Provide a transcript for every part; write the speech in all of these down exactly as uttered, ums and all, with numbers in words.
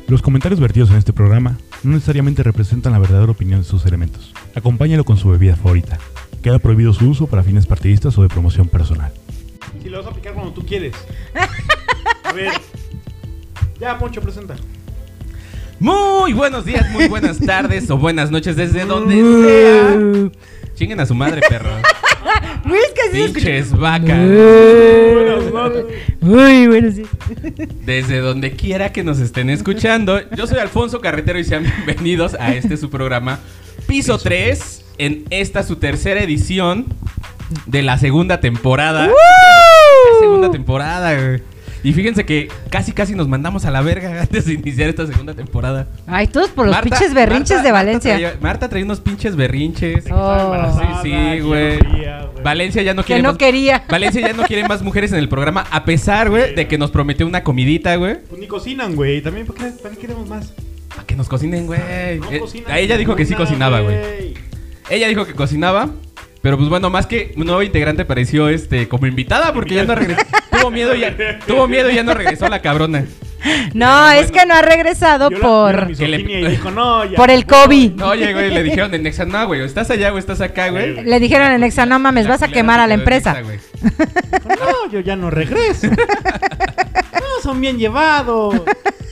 Los comentarios vertidos en este programa no necesariamente representan la verdadera opinión de sus elementos. Acompáñalo con su bebida favorita. Queda prohibido su uso para fines partidistas o de promoción personal. Si lo vas a aplicar cuando tú quieres. A ver. Ya, Poncho, presenta. Muy buenos días, muy buenas tardes o buenas noches desde donde sea. Chinguen a su madre, perro. Uy, es que sí Pinches vacas. Buenas noches. Muy bueno, sí. Desde donde quiera que nos estén escuchando. Yo soy Alfonso Carretero y sean bienvenidos a este su programa Piso tres. En esta su tercera edición de la segunda temporada. ¡Uh! La segunda temporada, güey. Y fíjense que casi casi nos mandamos a la verga antes de iniciar esta segunda temporada. Ay, todos por los Marta- pinches berrinches Marta- de Valencia. Marta traía, Marta traía unos pinches berrinches. Oh. Sí, sí, güey. Valencia ya no Que quiere no más, quería. Valencia ya no quiere más mujeres en el programa, a pesar, güey, de que nos prometió una comidita, güey. Pues ni cocinan, güey. También, ¿para qué, para qué queremos más? Para que nos cocinen, güey. No Eh, cocinan a ella dijo que sí ninguna, cocinaba, güey. Ella dijo que cocinaba. Pero pues bueno, más que un nuevo integrante pareció este como invitada porque ya no regresó. Tuvo miedo y ya, tuvo miedo y ya no regresó la cabrona. No, Pero es bueno. que no ha regresado Yo la- por yo la misoginia que le- y dijo, no, ya. por el COVID. No, oye, güey, le dijeron en Nexa, no, güey, estás allá o estás acá, güey. Le dijeron en Exa, no mames, vas a culera quemar se a la quedó en empresa. Nexa, güey. Dijo, no, yo ya no regreso. No, son bien llevados.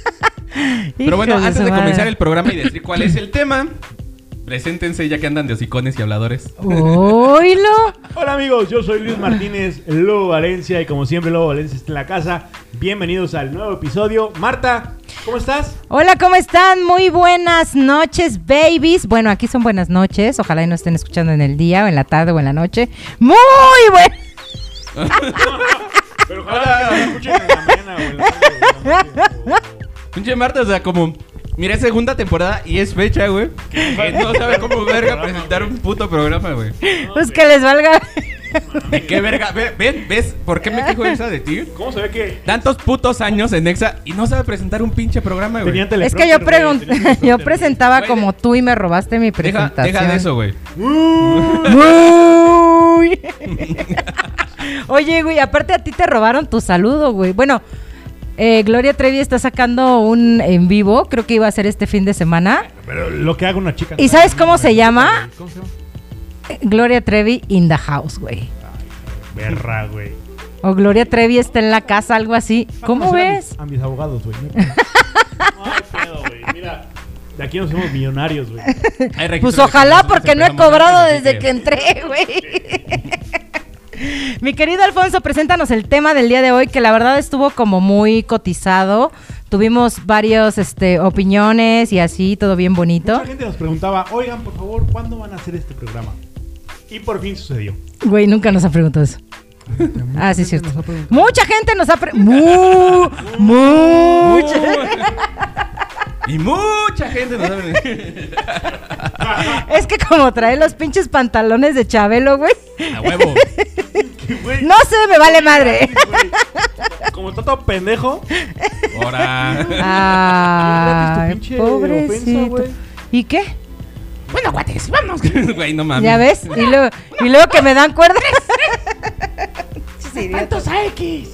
Pero bueno, Hijos antes su de madre. comenzar el programa y decir cuál es el tema, preséntense ya que andan de hocicones y habladores. ¡Oílo! Hola amigos, yo soy Luis Martínez, Lobo Valencia. Y como siempre, Lobo Valencia está en la casa. Bienvenidos al nuevo episodio. Marta, ¿cómo estás? Hola, ¿cómo están? Muy buenas noches, babies. Bueno, aquí son buenas noches. Ojalá y nos estén escuchando en el día o en la tarde o en la noche. ¡Muy bueno! Pero ojalá que nos escuchen en la mañana o en la tarde, o en la noche, o- Pinche Marta, o sea, como... Miré segunda temporada y es fecha, güey. Que no sabe cómo verga presentar un puto programa, güey. Pues que les valga. ¿De qué verga? Ve- ¿Ven? ¿Ves por qué me quejo Exa de ti? ¿Cómo se ve que Tantos putos años en Exa y no sabe presentar un pinche programa, güey. tenían Es que yo, teleprompter, pregun- güey, tenían teleprompter, yo güey. presentaba Güey, como tú y me robaste mi Deja, presentación. deja de eso, güey. Uy. Oye, güey, aparte a ti te robaron tu saludo, güey. Bueno, eh, Gloria Trevi está sacando un en vivo, creo que iba a ser este fin de semana. Pero lo que haga una chica. ¿Y sabes cómo se llama? ¿Cómo se llama? Eh, Gloria Trevi in the house, güey. Berra, güey. O Gloria Trevi está en la casa, algo así. ¿Cómo Vamos a hacer a ves? mis- A mis abogados, güey. No hay pedo, güey. Mira, de aquí nos hacemos millonarios, güey. Hay registro Pues de ojalá, nosotros porque no he empezamos cobrado antes, así desde que entré, güey. Mi querido Alfonso, preséntanos el tema del día de hoy, que la verdad estuvo como muy cotizado. Tuvimos varios, este, opiniones y así, todo bien bonito. Mucha gente nos preguntaba, oigan, por favor, ¿cuándo van a hacer este programa? Y por fin sucedió. Güey, nunca nos ha preguntado eso. Ah, sí, es cierto. Nos ha preguntado. Mucha gente nos ha preguntado. Mucha. Y mucha gente nos sabe. Es que como trae los pinches pantalones de Chabelo, güey. A huevo. Güey, No sé, me vale madre. ay, güey. Como está todo pendejo. Ahora. Ay, Gratis tu pinche ofensa, pobrecito. güey. ¿Y qué? Bueno, guates, vámonos. Güey, no mames. ¿Ya ves? Y luego, y luego que me dan cuerdas. ¡Tantos X!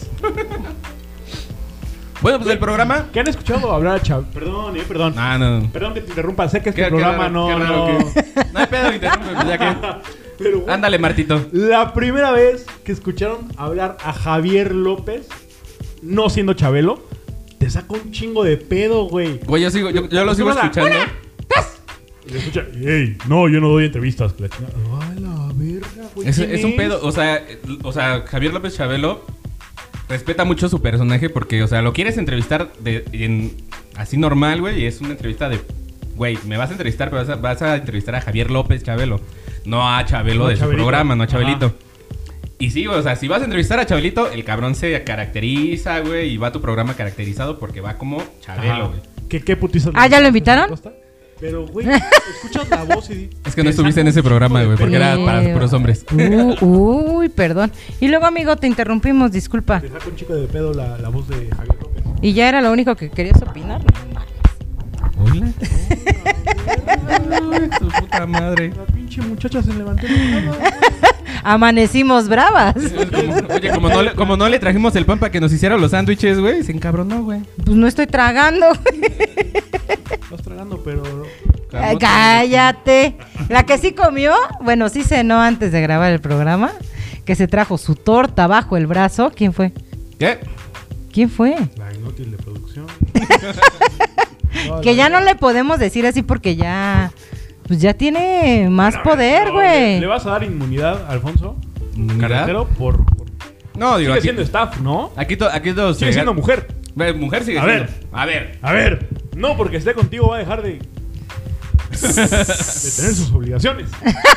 Bueno, pues el programa. ¿Qué han escuchado hablar a Chab? Perdón, eh, perdón. Ah, no. Perdón que te interrumpa, sé que este Qué- qué programa raro, no... qué raro no... que- No hay pedo, interrumpe, pues, ya que. Pero, güey, Ándale, Martito. la primera vez que escucharon hablar a Javier López, no siendo Chabelo, te saca un chingo de pedo, güey. Güey, yo sigo, yo, yo lo sigo Hola. escuchando. Y le escucha, ey, no, yo no doy entrevistas. que La chingada. Ay, la verga, güey. Es, ¿quién es un pedo, o sea, o sea, Javier López Chabelo respeta mucho su personaje porque, o sea, lo quieres entrevistar de, en, así normal, güey, y es una entrevista de, güey, me vas a entrevistar, pero vas a, vas a entrevistar a Javier López Chabelo, no a Chabelo No a de su Chabelito. programa, no a Ajá. Chabelito. Y sí, o sea, si vas a entrevistar a Chabelito, el cabrón se caracteriza, güey, y va a tu programa caracterizado porque va como Chabelo, Ajá. güey. ¿Qué, qué putiza? Ah, ¿ya lo invitaron? Pero, güey, escuchas la voz y... Es que no estuviste en ese programa, güey, porque era para puros hombres. Uh, uy, perdón. Y luego, amigo, te interrumpimos, disculpa. Te saca un chico de pedo la, la voz de Javier López. ¿Y ya era lo único que querías opinar? Hola. Ay, su puta madre. La pinche muchacha se levantó. y dijo, "Ah, Amanecimos bravas. Es como, oye, como no, le, como no le trajimos el pan para que nos hiciera los sándwiches, güey, se encabronó, güey. Pues no estoy tragando. Estás tragando, pero... Ay, cállate. La que sí comió, bueno, sí cenó antes de grabar el programa, que se trajo su torta bajo el brazo. ¿Quién fue? ¿Qué? ¿Quién fue? La inútil de producción. Que ya no le podemos decir así porque ya, pues ya tiene más Bueno, poder, pero güey. ¿Le, ¿Le vas a dar inmunidad a Alfonso? ¿Inmunidad? Carretero por... por... No, digo, Sigue aquí, siendo staff, ¿no? aquí, to, aquí todos... Sigue siendo mujer. Ve, Mujer sigue A siendo. ver. A ver. A ver, no porque esté contigo va a dejar de... de tener sus obligaciones.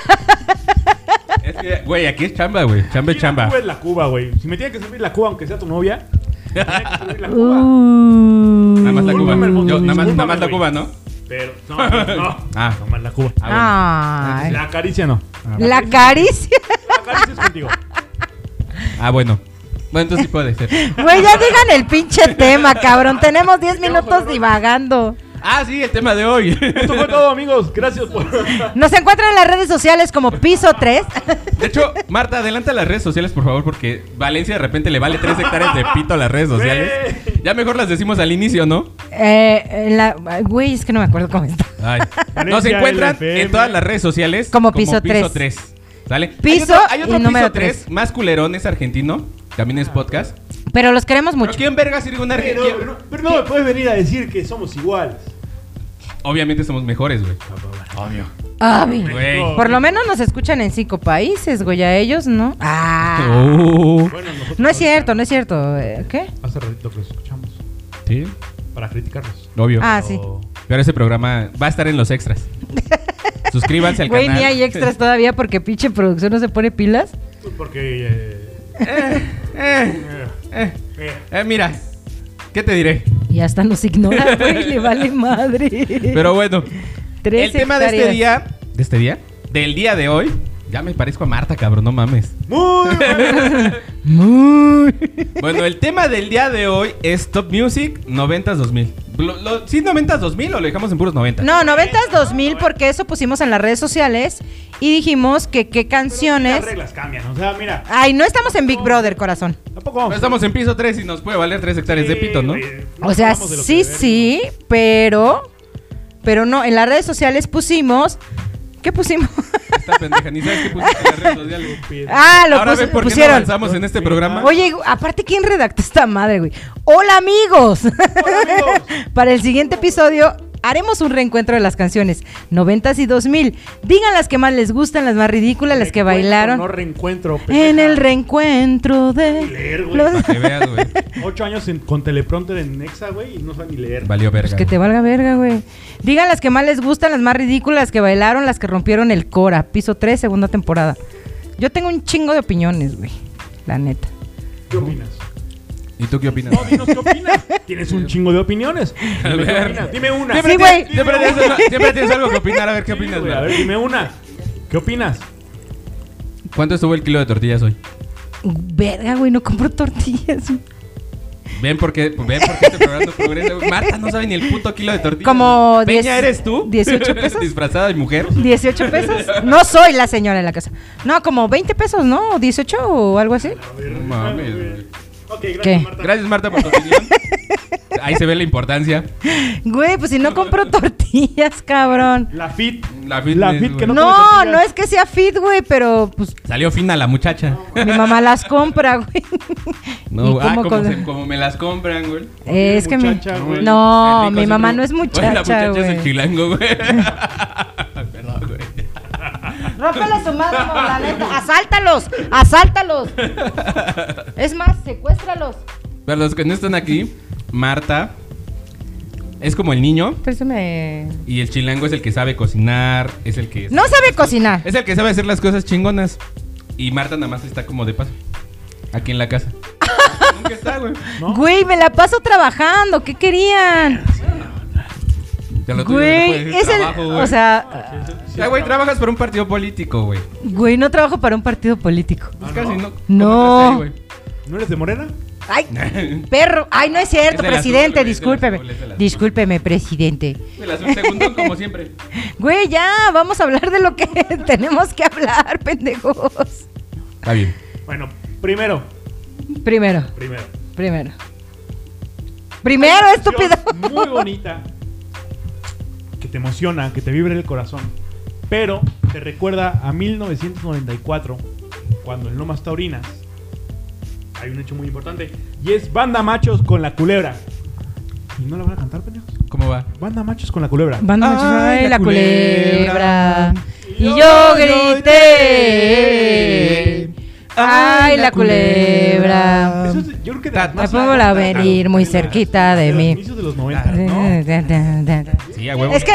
Es que, güey, aquí es chamba, güey. Chamba es Aquí la chamba. Cuba es la Cuba, güey. Si me tiene que servir la Cuba, aunque sea tu novia, me tiene que servir la Cuba. Uh. Nada más la Cuba. Discúlpame, Alfonso, Yo, nada más, nada discúlpame, más la güey. Cuba, ¿no? Pero, no, no, no. Ah. Nomás la Cuba. Ah, Ay, La acaricia no. la caricia. La acaricia es contigo. bueno. Ah, bueno. Bueno, entonces sí puede ser. Güey, ya digan el pinche tema, cabrón. Tenemos diez minutos divagando. Ah, sí, el tema de hoy. Esto fue todo, amigos. Gracias por... Nos encuentran en las redes sociales como Piso tres. De hecho, Marta, adelanta las redes sociales, por favor, porque Valencia de repente le vale tres hectáreas de pito a las redes sociales. Ya mejor las decimos al inicio, ¿no? Eh, en la, güey, es que no me acuerdo cómo está. Ay. Valencia Nos encuentran L F M. en todas las redes sociales Como Piso tres. tres. ¿Sale? Piso hay otro, hay otro y Piso número tres, tres. más culerón, es argentino. También es podcast. Pero los queremos ¿Pero mucho. quién verga sirve un Pero, argentino? pero, pero no me puedes venir a decir que somos iguales. Obviamente somos mejores, güey. Obvio. Ah, bien. Güey. Por lo menos nos escuchan en cinco países, güey. A ellos, ¿no? Ah. Oh. Bueno, nosotros No es ahorita- cierto, no es cierto. Eh, ¿Qué? Hace ratito que los escuchamos. Sí, Para criticarlos. obvio. Ah, sí. O- Pero ese programa va a estar en los extras. Suscríbanse al Güey, canal. ni hay extras todavía porque pinche producción no se pone pilas. Pues porque... Eh, Eh, eh, eh, eh, eh, mira, ¿qué te diré? Y hasta nos ignora, güey. Le vale madre. Pero bueno, Tres el tema de este hectáreas. día, ¿de este día? Del día de hoy, ya me parezco a Marta, cabrón, no mames. muy bueno. Muy. Bueno, el tema del día de hoy es Top Music noventas dos mil. Lo, lo, ¿Sí noventas dos mil o lo dejamos en puros noventa? No, noventas dos mil porque eso pusimos en las redes sociales y dijimos que qué canciones. Las reglas cambian. O sea, mira. Ay, no estamos en Big Brother, corazón. Tampoco vamos. Estamos en piso tres y nos puede valer tres hectáreas de Sí, pito, ¿no? güey, no O sea, hablamos de lo sí, que sí, pero pero no, en las redes sociales pusimos ¿qué pusimos? Esta pendeja, ni sabes qué pusiste en las redes sociales. debemos. Ah, lo Ahora pus- ven por qué no pusieron. avanzamos en este programa. Oye, aparte, ¿quién redactó esta madre, güey? ¡Hola, amigos! Hola, amigos. Para el siguiente episodio haremos un reencuentro de las canciones noventas y dos mil. Digan las que más les gustan, las más ridículas, las que Reencuentro, bailaron. No reencuentro. pendeja. En el reencuentro de Ni leer, güey. los- Para que veas, güey. Ocho años en- con teleprompter en Nexa, güey, y no saben ni leer. Valió verga. Pues que te valga verga, güey. Digan las que más les gustan, las más ridículas, las que bailaron, las que rompieron el Cora. Piso tres, segunda temporada. Yo tengo un chingo de opiniones, güey. La neta. ¿Qué opinas? ¿Y tú qué opinas? No, dinos qué opinas. Tienes un chingo de opiniones. A Dime qué ver. opinas. Dime una. Siempre, Sí, tienes, güey. siempre, tienes, siempre tienes algo que opinar. A ver qué Sí, opinas, güey. güey. A ver, dime una. ¿Qué opinas? ¿Cuánto estuvo el kilo de tortillas hoy? Verga, güey, no compro tortillas. Ven por qué, ven por qué este programa no progresa. güey. Marta no sabe ni el puto kilo de tortillas. Como Peña, diez- ¿eres tú? dieciocho pesos. Disfrazada de mujer. ¿dieciocho pesos? No soy la señora en la casa. No, como veinte pesos, ¿no? ¿dieciocho o algo así? A ver, No mames, güey. güey. Ok, gracias, ¿Qué? Marta. Gracias, Marta, por tu opinión. Ahí se ve la importancia. Güey, pues si no compro tortillas, cabrón. La fit. La fitness, La fit que güey. no, No, come tortillas. no es que sea fit, güey, pero pues Salió fina la muchacha. mi mamá las compra, güey. No, ¿Y ah, cómo como, con- se- como me las compran, güey. Eh, es que mi... muchacha, güey. No, El rico mi siempre- mamá no es Oye, la muchacha, muchacha es el güey. chilango, güey. Perdón, güey. Rómpele su madre, no, la neta. Asáltalos, asáltalos. Es más, secuéstralos. Para los que no están aquí, Marta es como el niño Préstame. y el chilango es el que sabe cocinar, es el que... No sabe cocinar. Es el que sabe hacer las cosas chingonas. Y Marta nada más está como de paso. Aquí en la casa. Nunca está, güey. ¿No? Güey, me la paso trabajando. ¿Qué querían? Ya lo tuyo no puede Güey, decir es el. trabajo, güey. O sea, Ya, güey, trabajas por un partido político, güey. güey, no trabajo para un partido político. Pues Ah, casi ¿no? no. No. ¿Cómo estás ahí, güey? ¿No eres de Morena? Ay, perro. Ay, no es cierto, Es el presidente. azul, güey, es el discúlpeme. azul, es el azul. Discúlpeme, presidente. El azul segundo, como siempre. Güey, ya, vamos a hablar de lo que tenemos que hablar, pendejos. Está bien. Bueno, primero. Primero, Primero. primero. Primero, Una estúpido. canción Muy bonita. Que te emociona, que te vibra el corazón. Pero te recuerda a mil novecientos noventa y cuatro, cuando en Lomas Taurinas hay un hecho muy importante. Y es Banda Machos con La Culebra. ¿Y no la van a cantar, pendejos? ¿Cómo va? Banda Machos con La Culebra. Banda Machos, Ay, ay, la la culebra. Y Y yo yo grité. Ay, la culebra. Eso es- yo creo que de las La más- pongo a venir muy cerquita de los mí. inicios de los noventa, ¿no? Sí, a huevo. Es que.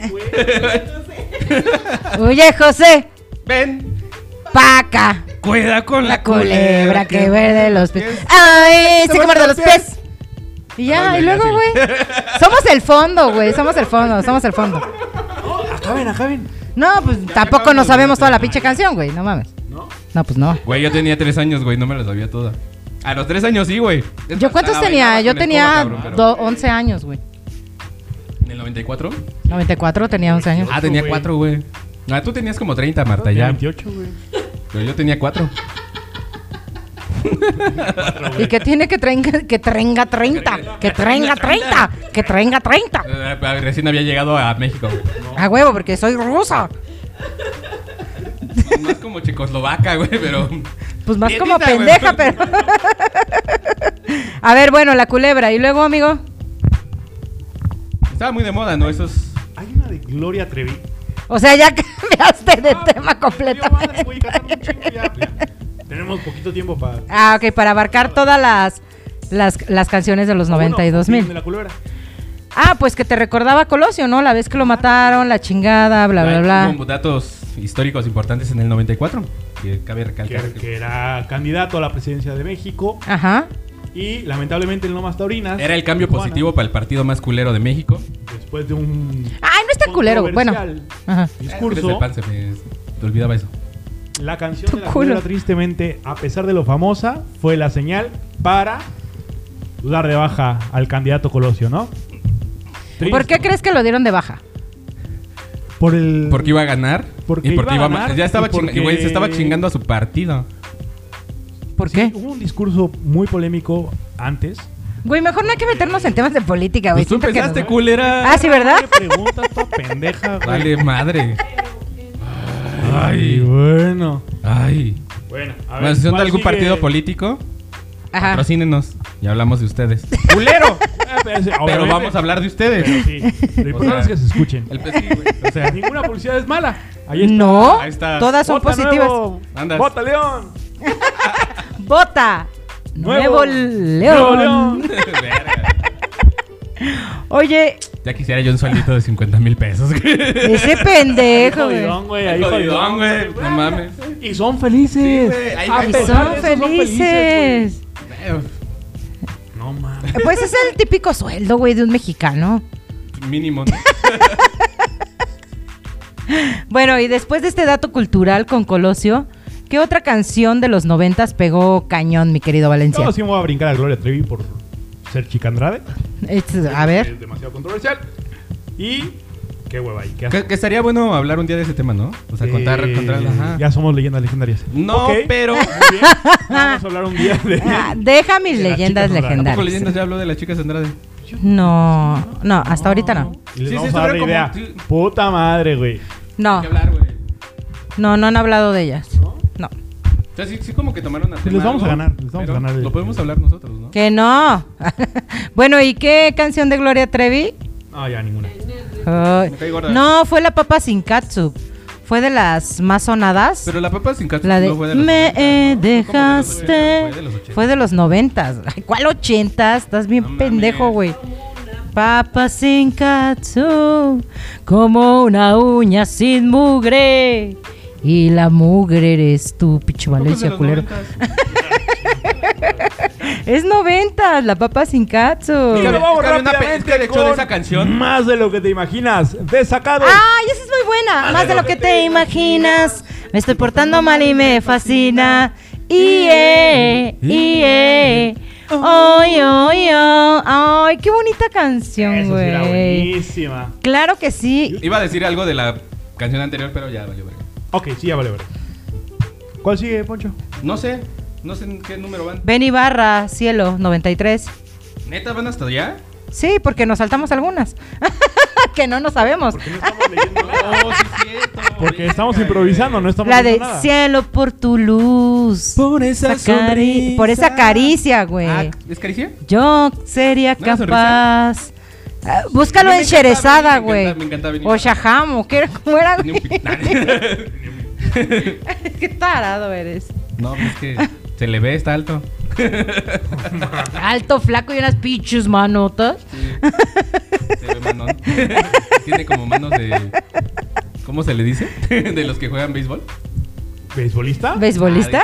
Oye, José, Ven. paca. Cuida con La culebra que muerde los pies. Ay, se que muerde los pies. Y ya, Ay, y ya, luego, sí. güey. Somos el fondo, güey. Somos el fondo, somos el fondo. No, acaben, acaben. No, pues tampoco nos sabemos toda la pinche canción, güey. No mames. ¿No? No, pues no. Güey, yo tenía tres años, güey, no me la sabía toda. A los tres años sí, güey. Es ¿Yo más, cuántos la tenía? bailaba Yo con tenía escoba, cabrón, pero- do- once años, güey. ¿En el noventa y cuatro? noventa y cuatro tenía once años. Ah, tenía güey. cuatro, güey. Ah, tú tenías como treinta, Marta, Tenía ya. veintiocho, güey. Pero yo tenía cuatro. Y que tiene que trenga, que trenga treinta. Que trenga treinta. Que trenga treinta. Eh, Recién había llegado a México, güey. A huevo, porque soy rusa. No es como checoslovaca, güey, pero... Pues más Prietita, como güey. pendeja, pero. A ver, bueno, la culebra. Y luego, amigo. Estaba muy de moda, ¿no? Esos... Hay una de Gloria Trevi. O sea, ya cambiaste de Ah, tema Dios, madre, completamente. güey, cantando un chingo ya. Tenemos poquito tiempo para... Ah, ok, para abarcar todas las, las, las canciones de los noventa y dos Bueno, mil. de La Culebra. Ah, pues que te recordaba a Colosio, ¿no? La vez que lo mataron, la chingada, bla, bla, bla. Hubo datos históricos importantes en el noventa y cuatro, que cabe recalcar. Que, que era candidato a la presidencia de México. Ajá. Y lamentablemente en Lomas Taurinas. Era el cambio Tijuana, positivo para el partido más culero de México. Después de un. Ay, no está culero. Bueno. controversial Ajá. discurso. El pan se me te olvidaba eso. La canción Tu de La culo. Culebra, tristemente, a pesar de lo famosa, fue la señal para dar de baja al candidato Colosio, ¿no? Triste. ¿Por qué crees que lo dieron de baja? Por el. Porque iba a ganar. Porque y porque iba a iba, ganar ya estaba y porque- chingando. Güey, se estaba chingando a su partido. ¿Por Sí, qué? hubo un discurso muy polémico antes. Güey, mejor no hay que meternos en temas de política, güey. Pues tú Siento que empezaste, nos- culera. Ah, sí, ¿verdad? ¿Qué preguntas, toda pendeja, güey? Vale, madre. Ay, Ay. bueno. Ay. Bueno, a ver. Bueno, si son de ¿cuál algún sigue? partido político, Ajá. patrocínenos. Y hablamos de ustedes. ¡Culero! Ah, pero ese- Pero obviamente. vamos a hablar de ustedes. Pero sí. Lo importante sea, es que se escuchen. El P sí, güey. O sea, ninguna publicidad es mala. Ahí está. No, Ahí está. todas son Vota positivas. nuevo. Andas. Vota León. Vota. Nuevo Nuevo, León. León. Verga. Oye, Ya quisiera yo un sueldito de cincuenta mil pesos. ese pendejo, güey. Jodidón, güey. Ahí Jodidón, jodidón, güey. No mames. Y son felices. Sí, güey. Ahí A va. Y pesar son de eso, felices. güey. No mames. Pues es el típico sueldo, güey, de un mexicano. Mínimo, ¿no? Bueno, y después de este dato cultural con Colosio, ¿qué otra canción de los noventas pegó cañón, mi querido Valencia? No, sí me voy a brincar a Gloria Trevi por ser Chica Andrade. Es- a ver. Es demasiado controversial. Y. Qué hueva ahí. Qué Que, que estaría bueno hablar un día de ese tema, ¿no? O sea, contar, Eh, contar ajá. Ya somos leyendas legendarias. No, Ok, pero... muy bien. Vamos a hablar un día de. Ah, deja mis de las leyendas chicas Andrade. ¿Tampoco legendarias. leyendas ya habló de las chicas Andrade? No, no, hasta ahorita no. Y les Sí, vamos sí, a dar la estuvieron idea. como- sí. Puta madre, güey. No, Hay que hablar, güey. no, no han hablado de ellas. No. O sea, sí, sí como que tomaron a Pues les vamos a ganar, les vamos a pero ganar el- Lo podemos hablar nosotros, ¿no? Que no. Bueno, ¿y qué canción de Gloria Trevi? No, ya ninguna. Ay, Me cae gorda. no, fue la Papa Sin Katsu. Fue de las más sonadas. Pero la papa sin cacho La de no fue de los me noventa, eh, ¿no? Fue como de los dejaste. ochenta, Fue de los ochenta. Fue de los noventas. Ay, ¿cuál ochentas? Estás bien No mames. pendejo, güey. Papa sin katsu, como una uña sin mugre. Y la mugre eres tú, pinche ¿Cómo es de Valencia, los culero. noventas? Es noventas, la papa sin katsu. Es que Pero había- vamos es que había una pe- rápidamente es que de hecho de con esa canción- Más de lo que te imaginas. Desacado. ¡Ay, esa es muy buena! Más de lo que te imaginas. Me estoy portando mal y me fascina. ¡Ie! ¡Ie! ¡Ay, ay, ay! ¡Ay, qué bonita canción, Eso sí era güey! buenísima. Claro que sí. Iba a decir algo de la canción anterior, pero ya valió verga. Ok, sí, ya vale, vale. ¿Cuál sigue, Poncho? No sé, no sé en qué número van. Ben Ibarra, Cielo, noventa y tres. ¿Neta van hasta allá? Sí, porque nos saltamos algunas. Que no nos sabemos. Porque no estamos leyendo nada. Oh, sí es cierto. Porque Venga, estamos güey. improvisando, no estamos La de leyendo nada. cielo por tu luz. Por esa Esa cari- sonrisa. por esa caricia, güey. Ah, ¿es caricia? Yo sería ¿No era capaz. Ah, búscalo A mí en me encantaba, Sherezada, me güey. encantaba, me encantaba venir. O Shaham, ¿qué era? ¿Cómo era? Ni un güey? pi- Qué tarado eres. No, pues es que se le ve, está alto. Alto, flaco y unas pinches manotas. Sí. Se ve manón. Tiene como manos de... ¿Cómo se le dice? De los que juegan béisbol. ¿Beisbolista? ¿Beisbolista?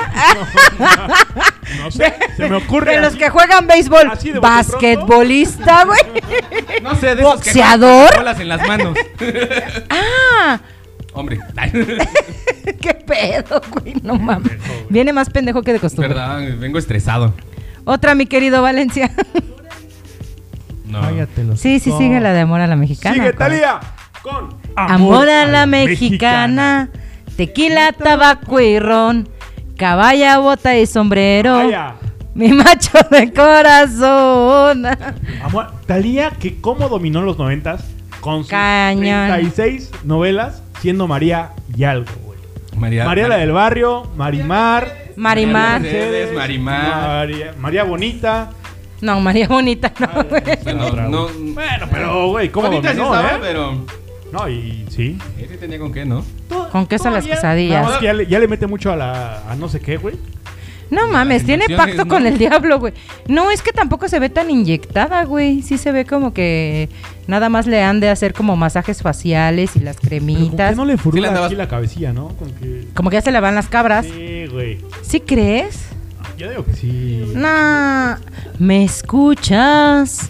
No sé, se me ocurre. De los así. que juegan béisbol. Así de bote pronto. Basquetbolista, güey. No sé, de esos ¿Boxeador? que juegan con bolas en las manos. Ah, Hombre. qué pedo, güey. No mames. Viene más pendejo que de costumbre. Perdón, vengo estresado. Otra, mi querido Valencia. No. Cállate los Sí, sí, ojos. sigue la de Amor a la Mexicana. Sigue con- Talía con Amor a la mexicana, tequila, tabaco y ron, caballa, bota y sombrero, Vaya. mi macho de corazón. Amor, Talía, que cómo dominó los noventas con sus Cañón. treinta y seis novelas, siendo María y algo, güey. María, María la del barrio, Marimar, Marimar. Mercedes, Marimar. María, María Bonita. No, María Bonita, no, güey. Bueno, Otra, no. Bueno, pero, güey, ¿cómo Bonita sí dominó, estaba, eh? pero. No, y sí. Ese tenía con qué, ¿no? Con queso a las Todavía- quesadillas. Nada más que ya le, ya le mete mucho a la a no sé qué, güey. No mames, tiene emociones, pacto ¿no? con el diablo, güey. No, es que tampoco se ve tan inyectada, güey. Sí se ve como que nada más le han de hacer como masajes faciales y las Pero ¿con cremitas. qué no le Sí le furula andabas- aquí la cabecilla, no? Con que... Como que ya se le van las cabras. Sí, güey. ¿Sí crees? Yo digo que sí. Nah, me escuchas,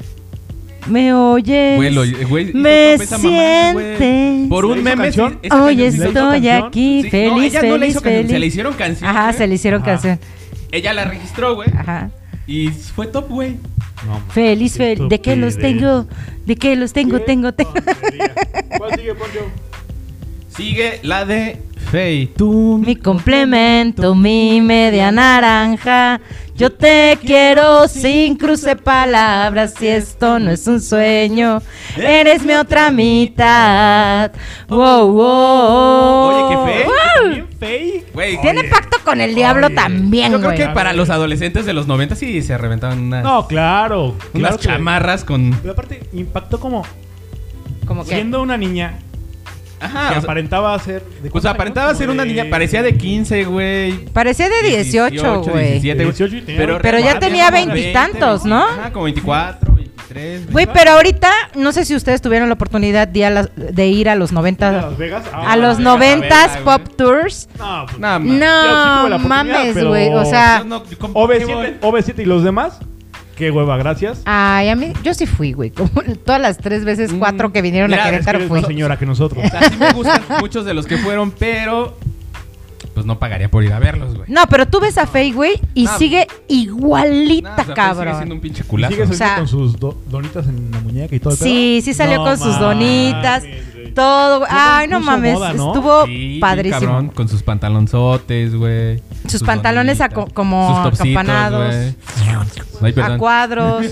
me oyes, Güey, lo- güey, hizo me toda esa mamada, güey. sientes. Por ¿Le un hizo meme. sí, canción? esa Hoy canción sí la hizo. estoy canción? aquí, Sí, feliz, no, ella feliz, no le hizo canción, feliz. se le hicieron canción. Ajá, güey. se le hicieron Ajá. canción. Ella la registró, güey. Ajá. Y fue top, güey. No, man, Feliz, qué feliz. ¿De qué los estupidez. tengo? ¿De qué los tengo? ¿Qué Tengo, tengo. tontería? ¿Cuál sigue, Poncho? Sigue la de Fey. Tú. Mi complemento, mi media naranja. Yo te quiero sin cruce palabras. Si esto no es un sueño, eres mi otra mitad. Wow, wow. Oye, qué fey. Wow. Bien fey. Güey, Tiene Oye, pacto con el diablo oye. también, yo creo güey. que para los adolescentes de los noventa sí se reventaban unas, No, claro. unas claro que- chamarras con. Pero aparte, impactó como Como que. siendo una niña Ajá. que o sea, aparentaba ser. ¿de pues cuántos aparentaba años? ser Como una de- niña, parecía de quince, güey. Parecía de dieciocho, güey. diecisiete, güey. dieciocho y tenía Pero, Pero ya realmente tenía como veintitantos, veinte, ¿no? Ajá, como veinticuatro, veintitrés. Güey, pero ahorita, no sé si ustedes tuvieron la oportunidad de, ir a las- de ir a los ¿A noventa. Las Vegas? Ah, A los Vegas, noventas a verla, Pop Tours. No, pues, No, ma- yo sí tuve la No oportunidad, mames, pero- güey. O sea, Yo no- ¿cómo- O B qué siete, voy? O B siete y los demás. Qué hueva, gracias. ay, a mí, yo sí fui, güey. Como todas las tres veces, Mm, cuatro que vinieron mira, a es que Querétaro Eres fui. más señora que nosotros. O sea, sí me gustan muchos de los que fueron, pero pues no pagaría por ir a verlos, güey. No, pero tú ves a Faye, güey, y No. sigue No, igualita, o sea, pues, cabrón. Sigue siendo un pinche Y culazo. sigue saliendo O sea- con sus do- donitas en la muñeca y todo el pedo. Sí, sí salió No con sus mames, donitas, güey. todo, güey. Fue un Ay, no concurso mames, moda, ¿no? estuvo Sí, bien padrísimo. cabrón, con sus pantalonzotes, güey. Sus pantalones donitas, aco- como sus topsitos, acampanados. güey. Ay, A perdón. cuadros,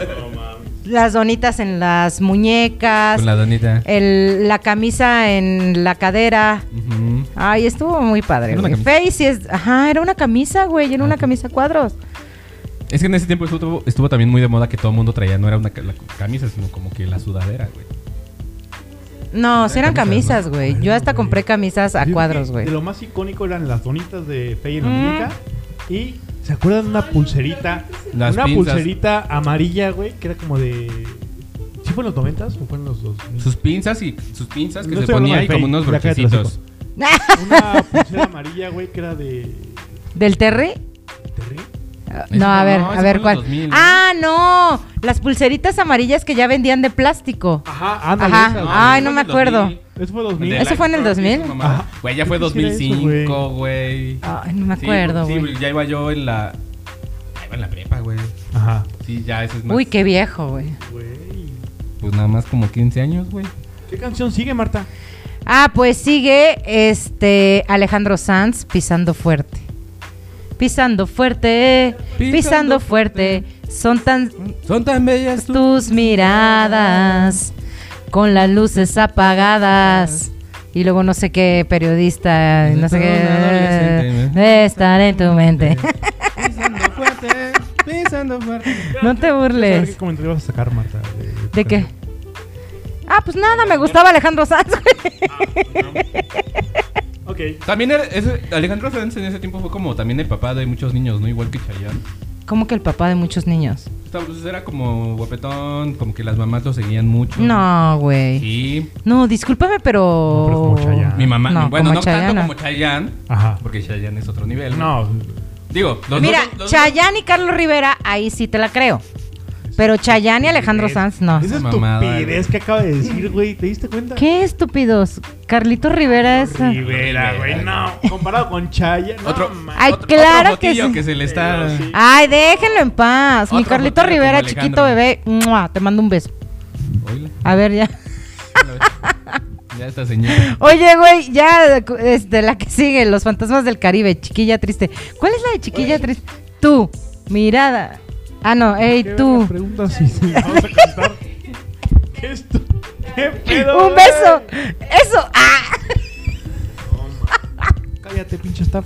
las donitas en las muñecas, Con la donita. el, la camisa en la cadera. Ujú. Ay, estuvo muy padre, Era una güey. camisa. Faye sí es, ajá, era una camisa, güey, era Ah, una ok. camisa a cuadros. Es que en ese tiempo estuvo, estuvo también muy de moda que todo el mundo traía, no era una ca- la camisa, sino como que la sudadera, güey. No, sí eran camisas, camisas, güey. Yo hasta compré camisas a Yo creo cuadros, que güey. De lo más icónico eran las donitas de Fey en la Mm. muñeca. Y ¿se acuerdan de una pulserita? Las una pinzas. pulserita amarilla, güey, que era como de. ¿Sí fue en los noventas o fue en los dos mil? Sus pinzas y sus pinzas que No se estoy hablando ponía de y como Fey, unos ya cállate los brochecitos. Una pulsera amarilla, güey, que era de. ¿Del Terry? ¿Terry? Ah, Ese No, a no, ver, ese a fue ver en cuál. los dos mil, ¿no? Ah, no, las pulseritas amarillas que ya vendían de plástico. Ajá, ándale. Ajá. esa, güey. Ay, ese no fue me en el acuerdo. dos mil. Eso fue dos El mil. de ¿Eso fue en el Life dos mil? Story, esa mamada. Ajá. Güey, ya fue ¿Qué quisiera eso, dos mil cinco, güey. Ay, no me Sí, acuerdo, sí, güey. porque ya iba yo en la... Ya iba en la prepa, güey. Ajá. Sí, ya eso es más... Uy, qué viejo, güey. Güey. Pues nada más como quince años, güey. ¿Qué canción sigue, Marta? Ah, pues sigue este Alejandro Sanz, Pisando Fuerte. pisando fuerte, pisando, Pisando fuerte. Son tan Son tan bellas tú. tus miradas con las luces apagadas. Y luego no sé qué periodista, no sé Un qué, adolescente. debe estar en tu mente. Pisando fuerte, pisando fuerte. No te ¿Qué burles. comentario vas a sacar, Marta? De, ¿De qué? Ah, pues nada, me gustaba Alejandro Sanz. Ok. También era, ese, Alejandro Sanz en ese tiempo fue como también el papá de muchos niños, ¿no? Igual que Chayanne. ¿Cómo que el papá de muchos niños? Entonces era como guapetón, como que las mamás lo seguían mucho. No, güey. Y No, discúlpame, pero... No, pero es como Chayanne. mi mamá, No, bueno, como no Chayanne. tanto como Chayanne, Ajá. porque Chayanne es otro nivel. No. Digo, los Mira, dos... los- Chayanne y Carlos Rivera, ahí sí te la creo. Pero Chayanne y Alejandro Sanz, no. Esa Mamada, estupidez que acaba de decir, güey. ¿Te diste cuenta? Qué estúpidos. Carlito Rivera es... Rivera, güey. No. Comparado con Chaya. No, Otro, ma- Ay, otro, claro otro que fotillo sí. que se le está... Pero sí. Ay, déjenlo en paz. Mi Otro Carlito botero Rivera, como chiquito Alejandro. bebé. ¡Mua! Te mando un beso. Oíla, A ver, ya. ya esta señora. Oye, güey, ya, este, la que sigue, Los Fantasmas del Caribe, Chiquilla Triste. ¿Cuál es la de Chiquilla Triste? Tú, mirada. Ah, no, ey, ¿Qué tú. verga preguntas si sí, vamos a cantar? ¿Qué es tu- ¿Qué pedo, Un beso. Eso. Ah. güey? Cállate, pinche staff.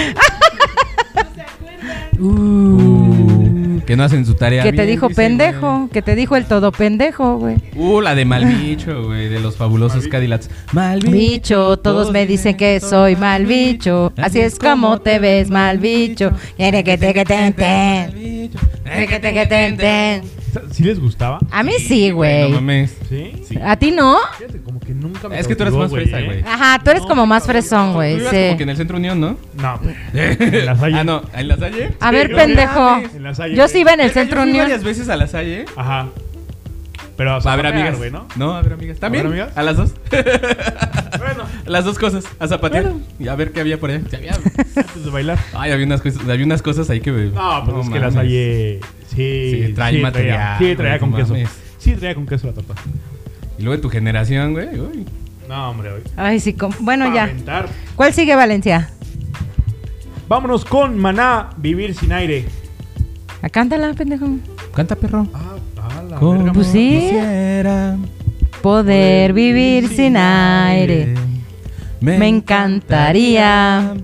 Uh, que no hacen su tarea Que te bien, dijo dice, pendejo. Que te dijo el todo pendejo, güey. güey. Uh, la de Malbicho, güey, de los fabulosos Cadillacs. Malbicho. Bicho, todos me dicen que soy mal bicho. Así es como te ves, mal bicho. Quiere que te que ten, ten. Quiere que te que ten, ten. ¿Sí les gustaba? A mí sí, No güey. mames. ¿Sí? Sí. ¿A ti no? Fíjate, como que nunca me Es que tú eres cautivó, más fresa, güey. Ajá, tú eres No, como más cabrón. fresón, Tú güey. ibas Sí. como que en el Centro Unión, ¿no? No, en la Salle. Ah, no, ¿en la Salle? A ver, Sí, pendejo. en la Salle. Yo sí iba en el Verga, Centro yo fui Unión. varias veces a la Salle. Ajá. Pero A ver, zapatear, amigas. güey, ¿no? No, a ver, amigas. ¿También? ¿A ver, amigas? A las dos. Bueno, Las dos cosas. A zapatear. Bueno. Y a ver qué había por allá. Sí, había- antes de bailar. Ay, había unas, cosas, había unas cosas ahí que... No, pues es que la mames. Salle. Sí, Sí, trae material, Traía, sí, traía güey, con no queso. mames. Sí, traía con queso la torta. Y luego en tu generación, güey. Uy. No, hombre, hoy. Ay, sí. com- Bueno, Pa' ya. aventar. ¿Cuál sigue, Valencia? Vámonos con Maná, Vivir sin aire. Ah, cántala, pendejo. Canta, perro. Ah, ah la ¿Cómo verga, Pues ma. sí. quisiera Poder vivir sin aire. Me encantaría.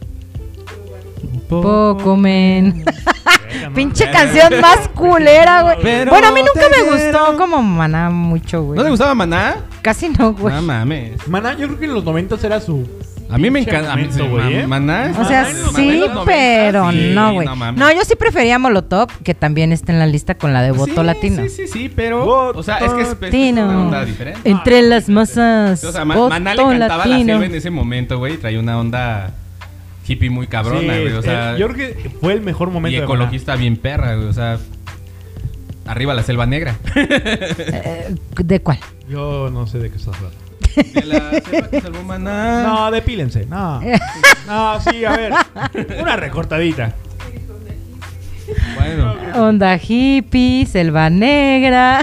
Poco men. Verga, ¿no? Pinche Verga. canción más culera, güey. Pero Bueno, a mí nunca te me quiero. gustó como Maná mucho, güey. ¿No te gustaba Maná? Casi no, güey. No mames. Maná, yo creo que en los noventas era su. A mí me Pinche encanta. A mí, momento, sí, güey, ma- ¿eh? Maná es- O sea, Maná en los sí, noventas, pero sí, no, güey. mames. No, yo sí prefería Molotov, que también está en la lista con la de Voto Sí, Latino. Sí, sí, sí, pero. Voto o sea, es que es, es Latino. una onda diferente. Entre las masas. O sea, Ma- Voto Maná le cantaba a la Latino. selva en ese momento, güey. y Traía una onda hippie muy cabrona, Sí, güey. O sea, eh, yo creo que fue el mejor momento y de ecologista bien perra, güey. O sea, arriba la selva negra. Eh, ¿De cuál? Maná. Yo no sé de qué estás hablando. De la selva que salvó Maná. No, depílense. No. No, sí, a ver. Una recortadita. Bueno, Onda hippie, selva negra.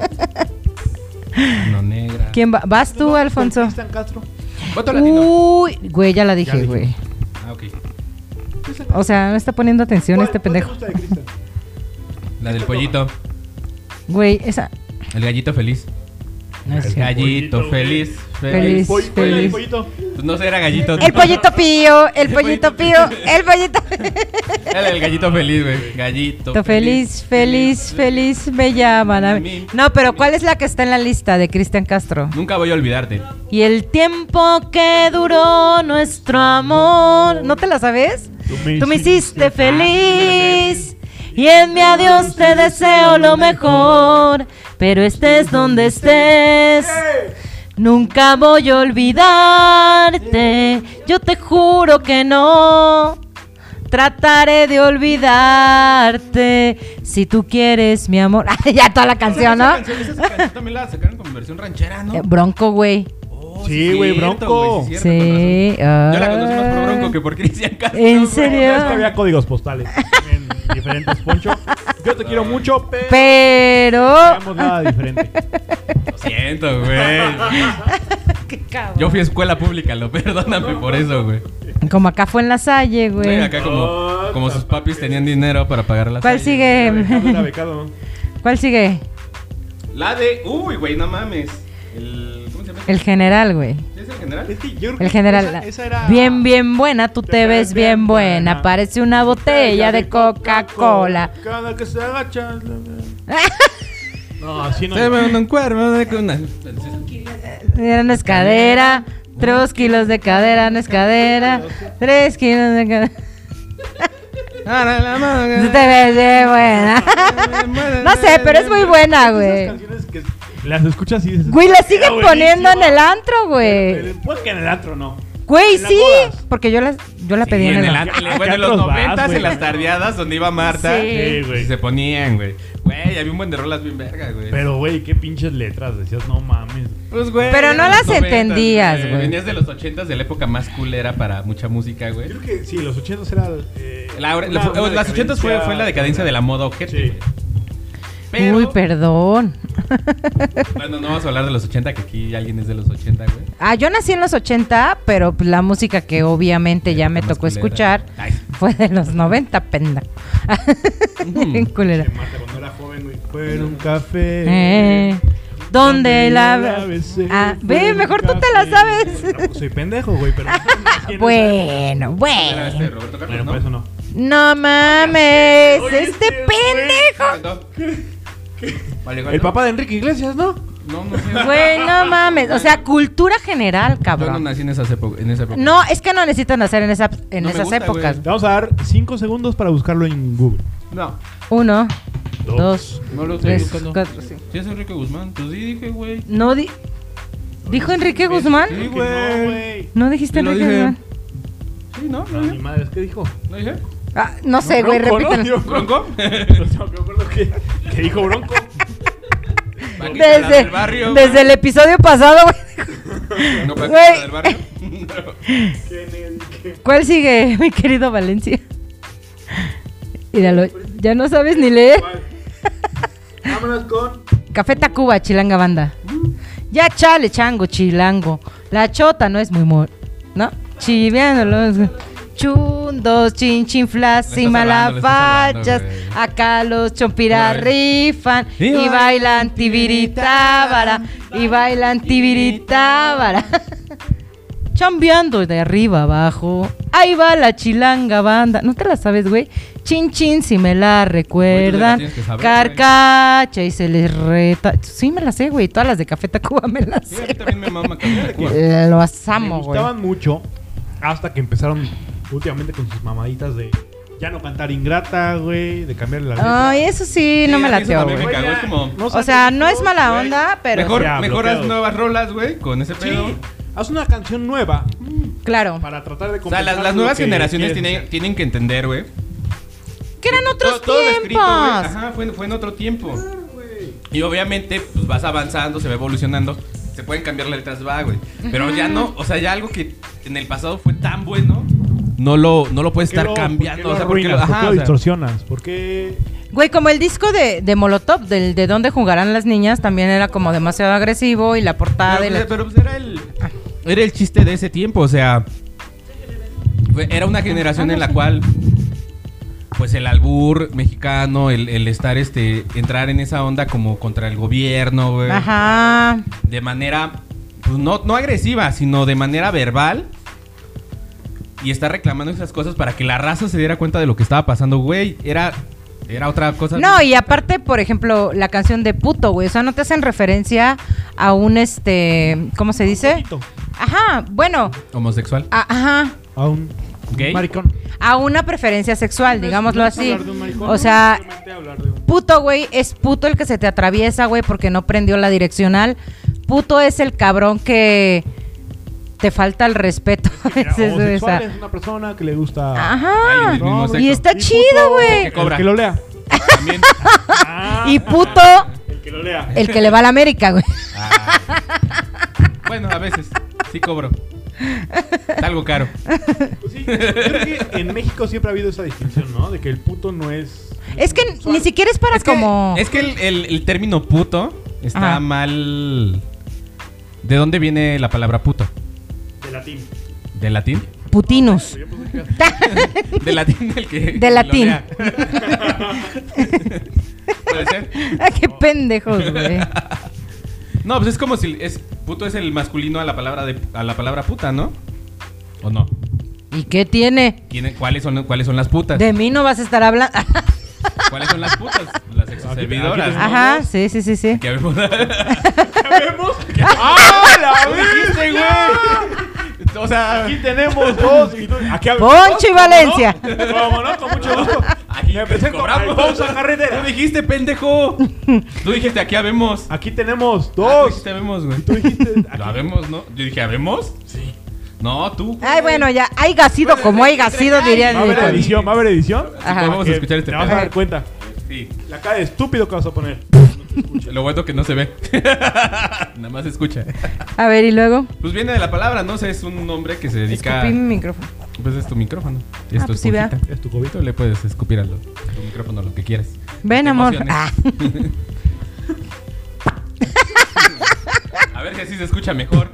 no negra. ¿Quién va? ¿Vas tú, ¿Con Alfonso? Cristian Castro? Voto latino. Uy, güey, ya la Ya dije, dije. güey. Ah, ok. O sea, no está poniendo atención ¿Cuál- este cuál te pendejo. gusta de Cristian? La del pollito. Güey, esa. El gallito feliz. No es El cierto. Gallito pollito, feliz. Feliz. Poll- ¿Cuál era el feliz. pollito? Pues no sé, era gallito. El pollito pío, el pollito pío, el pollito. Era el gallito feliz, güey. Gallito Tô feliz, feliz, feliz me llaman a mí. No, pero ¿cuál es la que está en la lista de Cristian Castro? Nunca voy a olvidarte. Y el tiempo que duró nuestro amor. ¿No te la sabes? Tú me hiciste feliz. Y en mi adiós te deseo lo mejor. Pero estés donde estés. Nunca voy a olvidarte. Yo te juro que no. Trataré de olvidarte. Si tú quieres, mi amor. Ay, ya toda la canción, ¿no? Esa canción, esa canción también la sacaron como versión ranchera, ¿no? Eh, Bronco, güey. Oh, Sí, güey, cierto, Bronco. güey, sí, cierto, Sí. con razón. Yo la conocí más por ah. Bronco que por Cristian Castro. ¿En güey. serio? Es que había códigos postales en diferentes, Poncho. Yo te quiero mucho, pero Pero. hagamos nada diferente. Lo siento, güey. Qué cabrón. Yo fui a escuela pública, lo perdóname por eso, güey. Como acá fue en la Salle, Güey, güey. acá como, Oh, como como sus papis tenían dinero para pagar las. ¿Cuál sigue? Becado era becado. ¿Cuál sigue? La de. Uy, güey, no mames. El. ¿Cómo se llama? El general, güey. ¿Es el general? Es que yo creo El que general. esa- esa era- Bien, bien buena, tú te ves bien buena. Parece una botella de Coca-Cola. Cada que se agacha. No, así no. Se ve un cuervo de una. Era no es cadera. Tres kilos de cadera, no es cadera. Tres kilos de cadera. Tú te ves bien buena. No sé, pero es muy buena, Esas güey. canciones que las escuchas y dices. Güey, la siguen "Está poniendo en buenísima". el antro, güey. Pues que en el antro no. Güey, en las sí. bodas. Porque yo la, yo la pedí Sí, en en el el antro. an- en- ¿A bueno, en qué los antros vas, noventas, güey? en las tardeadas donde iba Marta, Sí. Sí, güey. se ponían, güey. Güey, había un buen de rolas bien verga, güey. Pero, güey, qué pinches letras. Decías, no mames. Pues, güey, Pero no eran las los noventas, entendías, güey. Venías de los ochentas, de la época más cool era para mucha música, güey. Yo creo que sí, los ochentas era. Eh, La, una- la- una las ochentas fue, fue la decadencia de la moda objeto. Sí. Pero, Uy, perdón. bueno, no vamos a hablar de los ochenta, que aquí alguien es de los ochenta, güey. Ah, yo nací en los ochenta, pero pues, la música que obviamente ya me Más tocó culera. escuchar Ay. fue de los noventa, penda. Bien culera. Que Marta cuando era joven, güey. Fue en un café. Eh, ¿Dónde la... besé, Ah, fue ve, en un mejor tú te la café. sabes. No, pues soy pendejo, güey, pero. Bueno, Era este bueno. Roberto Carlos, Bueno, ¿no? por eso no. No mames, Oye, este este pendejo. Vale, El papá de Enrique Iglesias, ¿no? No, no sé. Güey, no mames. O sea, cultura general, Yo no cabrón. nací en, esas época, en esa época. No, es que no necesitan nacer en, esa, en No me esas gusta, épocas. güey. Te vamos a dar cinco segundos para buscarlo en Google. No, Uno, Dos. dos, no lo estoy tres, buscando. cuatro, cinco. Sí, es Enrique Guzmán. Pues sí, dije, güey. No di... ¿Dijo Enrique Guzmán? Sí, Que güey. No, güey. ¿No dijiste Sí lo Enrique dije. Guzmán? Sí, ¿no? No, ¿No ni dije? madre, ¿qué dijo? ¿No dije? Ah, no sé, güey, Bronco, ¿no? repítelo. Yo- ¿Bronco? No sé, me acuerdo que, que dijo Bronco. Paquita, la del Desde, barrio. desde el episodio pasado, güey. No, Paquita, Güey. la del barrio. ¿Cuál sigue, mi querido Valencia? Míralo, ya no sabes ni leer. Vámonos con. Café Tacuba, Chilanga Banda. Ya chale, chango, chilango. La chota no es muy mo... ¿No? Chiviándolos. Chundos, chinchinflas Le y estás hablando, le estás hablando, malafachas. güey. Acá los chompiras Ay. rifan Y y bailan bailan tibiritábara. Y bailan tibiritábara. Chambeando de arriba abajo. Ahí va la chilanga banda. ¿No te la sabes, güey? Chin chin si me la recuerdan. Güey, tú te la tienes que saber, Carcacha y se les reta. Sí me la sé, güey. Todas las de Café Tacuba me las Sí, a mí sé. también me mama Café Tacuba. güey. Los Me amo, güey. gustaban mucho hasta que empezaron últimamente con sus mamaditas de ya no cantar ingrata, güey, de cambiarle la letra. Ay, eso sí, no Sí, me a mí eso lateó, también me güey. cagó, es como... No O sea, no es mala güey. onda, pero Mejor, Ya, mejor bloqueado. haz nuevas rolas, güey, con ese pedo. Sí, haz una canción nueva claro. para tratar de O sea, compensar las, las lo nuevas que generaciones quieres tienen, hacer. tienen que entender, güey. Que eran otros Todo, todo lo escrito, güey, tiempos. ajá, fue, fue en otro tiempo. Y obviamente, pues vas avanzando, se va evolucionando. Se pueden cambiar las letras, va, güey. Pero ya no, o sea, ya algo que en el pasado fue tan bueno, no lo, no lo puedes ¿Por qué estar lo- cambiando. ¿Por O qué sea, lo porque arruinas? ¿Por ajá, qué lo o sea, distorsionas? ¿Por qué? Güey, como el disco de, de Molotov, del de dónde jugarán las niñas, también era como demasiado agresivo y la portada pero, y la... pero, pues era el, era el chiste de ese tiempo, o sea, fue- era una generación en la cual, pues el albur mexicano, el, el estar, este, entrar en esa onda como contra el gobierno, güey. Ajá. De manera, pues no, no agresiva, sino de manera verbal. Y estar reclamando esas cosas para que la raza se diera cuenta de lo que estaba pasando, güey. Era, era otra cosa. No, y aparte, por ejemplo, la canción de puto, güey. O sea, no te hacen referencia a un, este... ¿Cómo se dice? Poquito. Ajá, bueno. Homosexual. a- ajá. A un ¿Gay? maricón. A una preferencia sexual, digámoslo No es así. hablar de un maricón, O sea, simplemente hablar de un- puto, güey, es puto el que se te atraviesa, güey, porque no prendió la direccional. Puto es el cabrón que te falta el respeto. Era Ese es homosexual, esa. es una persona que le gusta. Ajá. Ay, el mismo No, sexo. Y está Y chido, puto, güey. que cobra. El que lo lea. También. Ah, Y puto, el que lo lea. el que le va a la América, güey. Ay. Bueno, a veces. Sí cobro. Es algo caro. Pues sí, yo creo que en México siempre ha habido esa distinción, ¿no? De que el puto no es. Es que homosexual. ni siquiera es para Es que, como... es que el, el- el término puto está Ajá. mal. ¿De dónde viene la palabra puto? De latín. ¿Del latín? putinus. De latín el que... De latín. Puede ser. Ah, qué pendejos, güey. No, pues es como si es puto es el masculino a la palabra de a la palabra puta, ¿no? ¿O no? ¿Y qué tiene? ¿Quién- ¿Cuáles son cuáles son las putas? De mí no vas a estar hablando. ¿Cuáles son las putas? Las exoservidoras, ¿no? Ajá, sí, sí, sí, sí. ¿Qué vemos? ¿Sabemos? ¡Ah, la ¿Qué dijiste, güey? O sea, Aquí tenemos dos. Y tú- aquí hay- Poncho y Valencia. ¿Cómo no? Con mucho gusto. aquí Me presento cobramos. Alfonso Carretera. Tú dijiste, pendejo. Tú dijiste, aquí habemos. Aquí tenemos Ah, tú dos. dijiste, habemos, güey. Tú dijiste. Lo habemos, ¿no? Yo dije, ¿habemos? Sí. No, tú. güey. Ay, bueno, ya. Hay gasido Bueno, como hay entre- gasido, entre- diría Va a haber el edición, va a haber edición. Ajá. Vamos a Que escuchar este Te vas a pedo. dar cuenta. Sí. La cara de estúpido que vas a poner. Lo bueno que no se ve. Nada más se escucha. A ver, y luego. Pues viene de la palabra, ¿no? O sea, es un hombre que se dedica. Escupí mi micrófono. Pues es tu micrófono. Es Ah, tu pues sí, vea. esponjita. Es tu cobito. Le puedes escupir a lo- tu micrófono lo que quieras. Ven, Te amor. emociones. Ah. A ver si así se escucha mejor.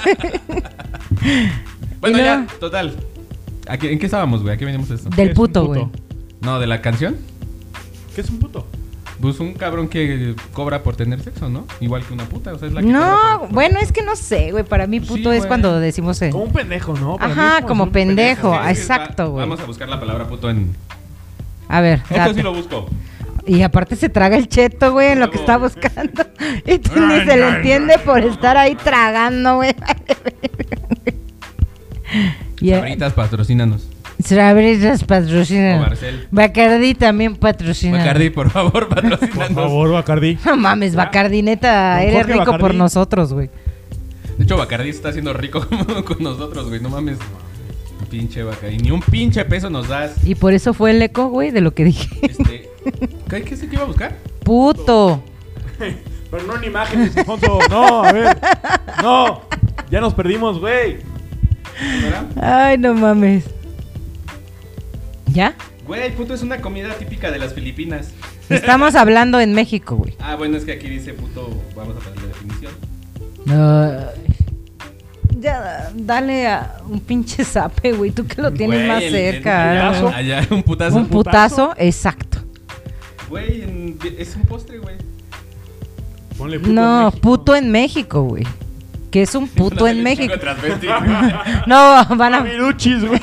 Bueno, Y ya, luego- total. ¿A qué- ¿En qué estábamos, güey? ¿A qué venimos esto? Del Es un puto, puto. güey. No, de la canción. ¿Qué es un puto? Pues un cabrón que cobra por tener sexo, ¿no? Igual que una puta, o sea, es la que cobra No, por- bueno, es que no sé, güey. Para mí, Sí, puto es güey. cuando decimos. eh, Como un pendejo, ¿no? Para mí Ajá, es como un pendejo. Sí, sí, sí, exacto, va- güey. Vamos a buscar la palabra puto en... A ver. Esto date. sí lo busco. Y aparte se traga el cheto, güey, en lo que está Huevo. buscando. Y tú ni se le entiende por estar ahí tragando, güey. Y, eh, Sabritas, patrocínanos. Sabritas O patrocina. Barcel. Bacardi también patrocina. Bacardi, por favor, Por patrocínanos. favor, Bacardi. No mames, Bacardi, neta, Don eres Jorge rico por Bacardi. nosotros, güey. De hecho, Bacardi está haciendo rico con nosotros, güey. No mames. Pinche Bacardi. Ni un pinche peso nos das. Y por eso fue el eco, güey, de lo que dije. Este... ¿Qué, qué es que iba a buscar? Puto. Pero no en imágenes, Alfonso. No, a ver. No. Ya nos perdimos, güey. ¿No era? Ay, no mames. ¿Ya? Güey, puto es una comida típica de las Filipinas. Estamos hablando en México, güey. Ah, bueno, es que aquí dice puto. Vamos a poner la definición. Ay. Ya, dale a un pinche zape, güey. Tú que lo tienes Güey, más el- cerca. el- putazo. Allá, un putazo. Un putazo, exacto. Güey, en- es un postre, güey. Ponle puto en No, México. puto en México, güey. Que es un puto Una en de México. chingo transvesti. No, van a. Maviruchis, güey.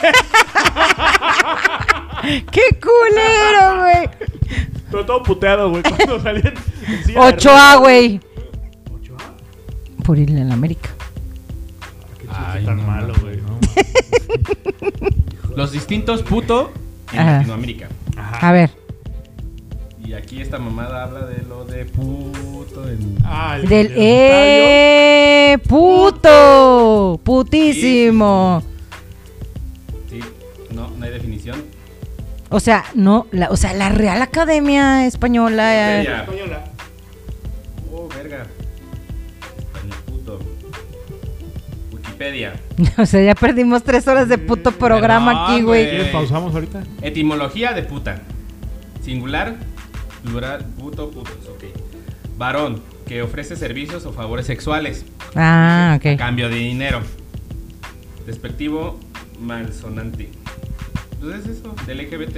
¡Qué culero, güey! Todo, todo puteado, güey. Cuando salían. en silla de ocho A, ruedas. güey. ¿ocho A? Por ir en América. Qué Ay, chiste tan no malo, mames. güey. No, mames. Los distintos puto en Ajá. Latinoamérica. Ajá. A ver. Y aquí esta mamada habla de lo de puto en... Ah, el Del de los ¡eh! ¡Puto! ¡Putísimo! Sí, no, no hay definición. O sea, no, la, o sea, la Real Academia Española. eh, Wikipedia. Española. Oh, verga. Español puto. Wikipedia. O sea, ya perdimos tres horas de puto programa Perdón, aquí, güey. güey. ¿Quieres pausamos ahorita? Etimología de puta. Singular, plural, puto, putos, ok. Varón, que ofrece servicios o favores sexuales Ah, a ok. cambio de dinero. Despectivo, malsonante. Pues es eso, del L G B T.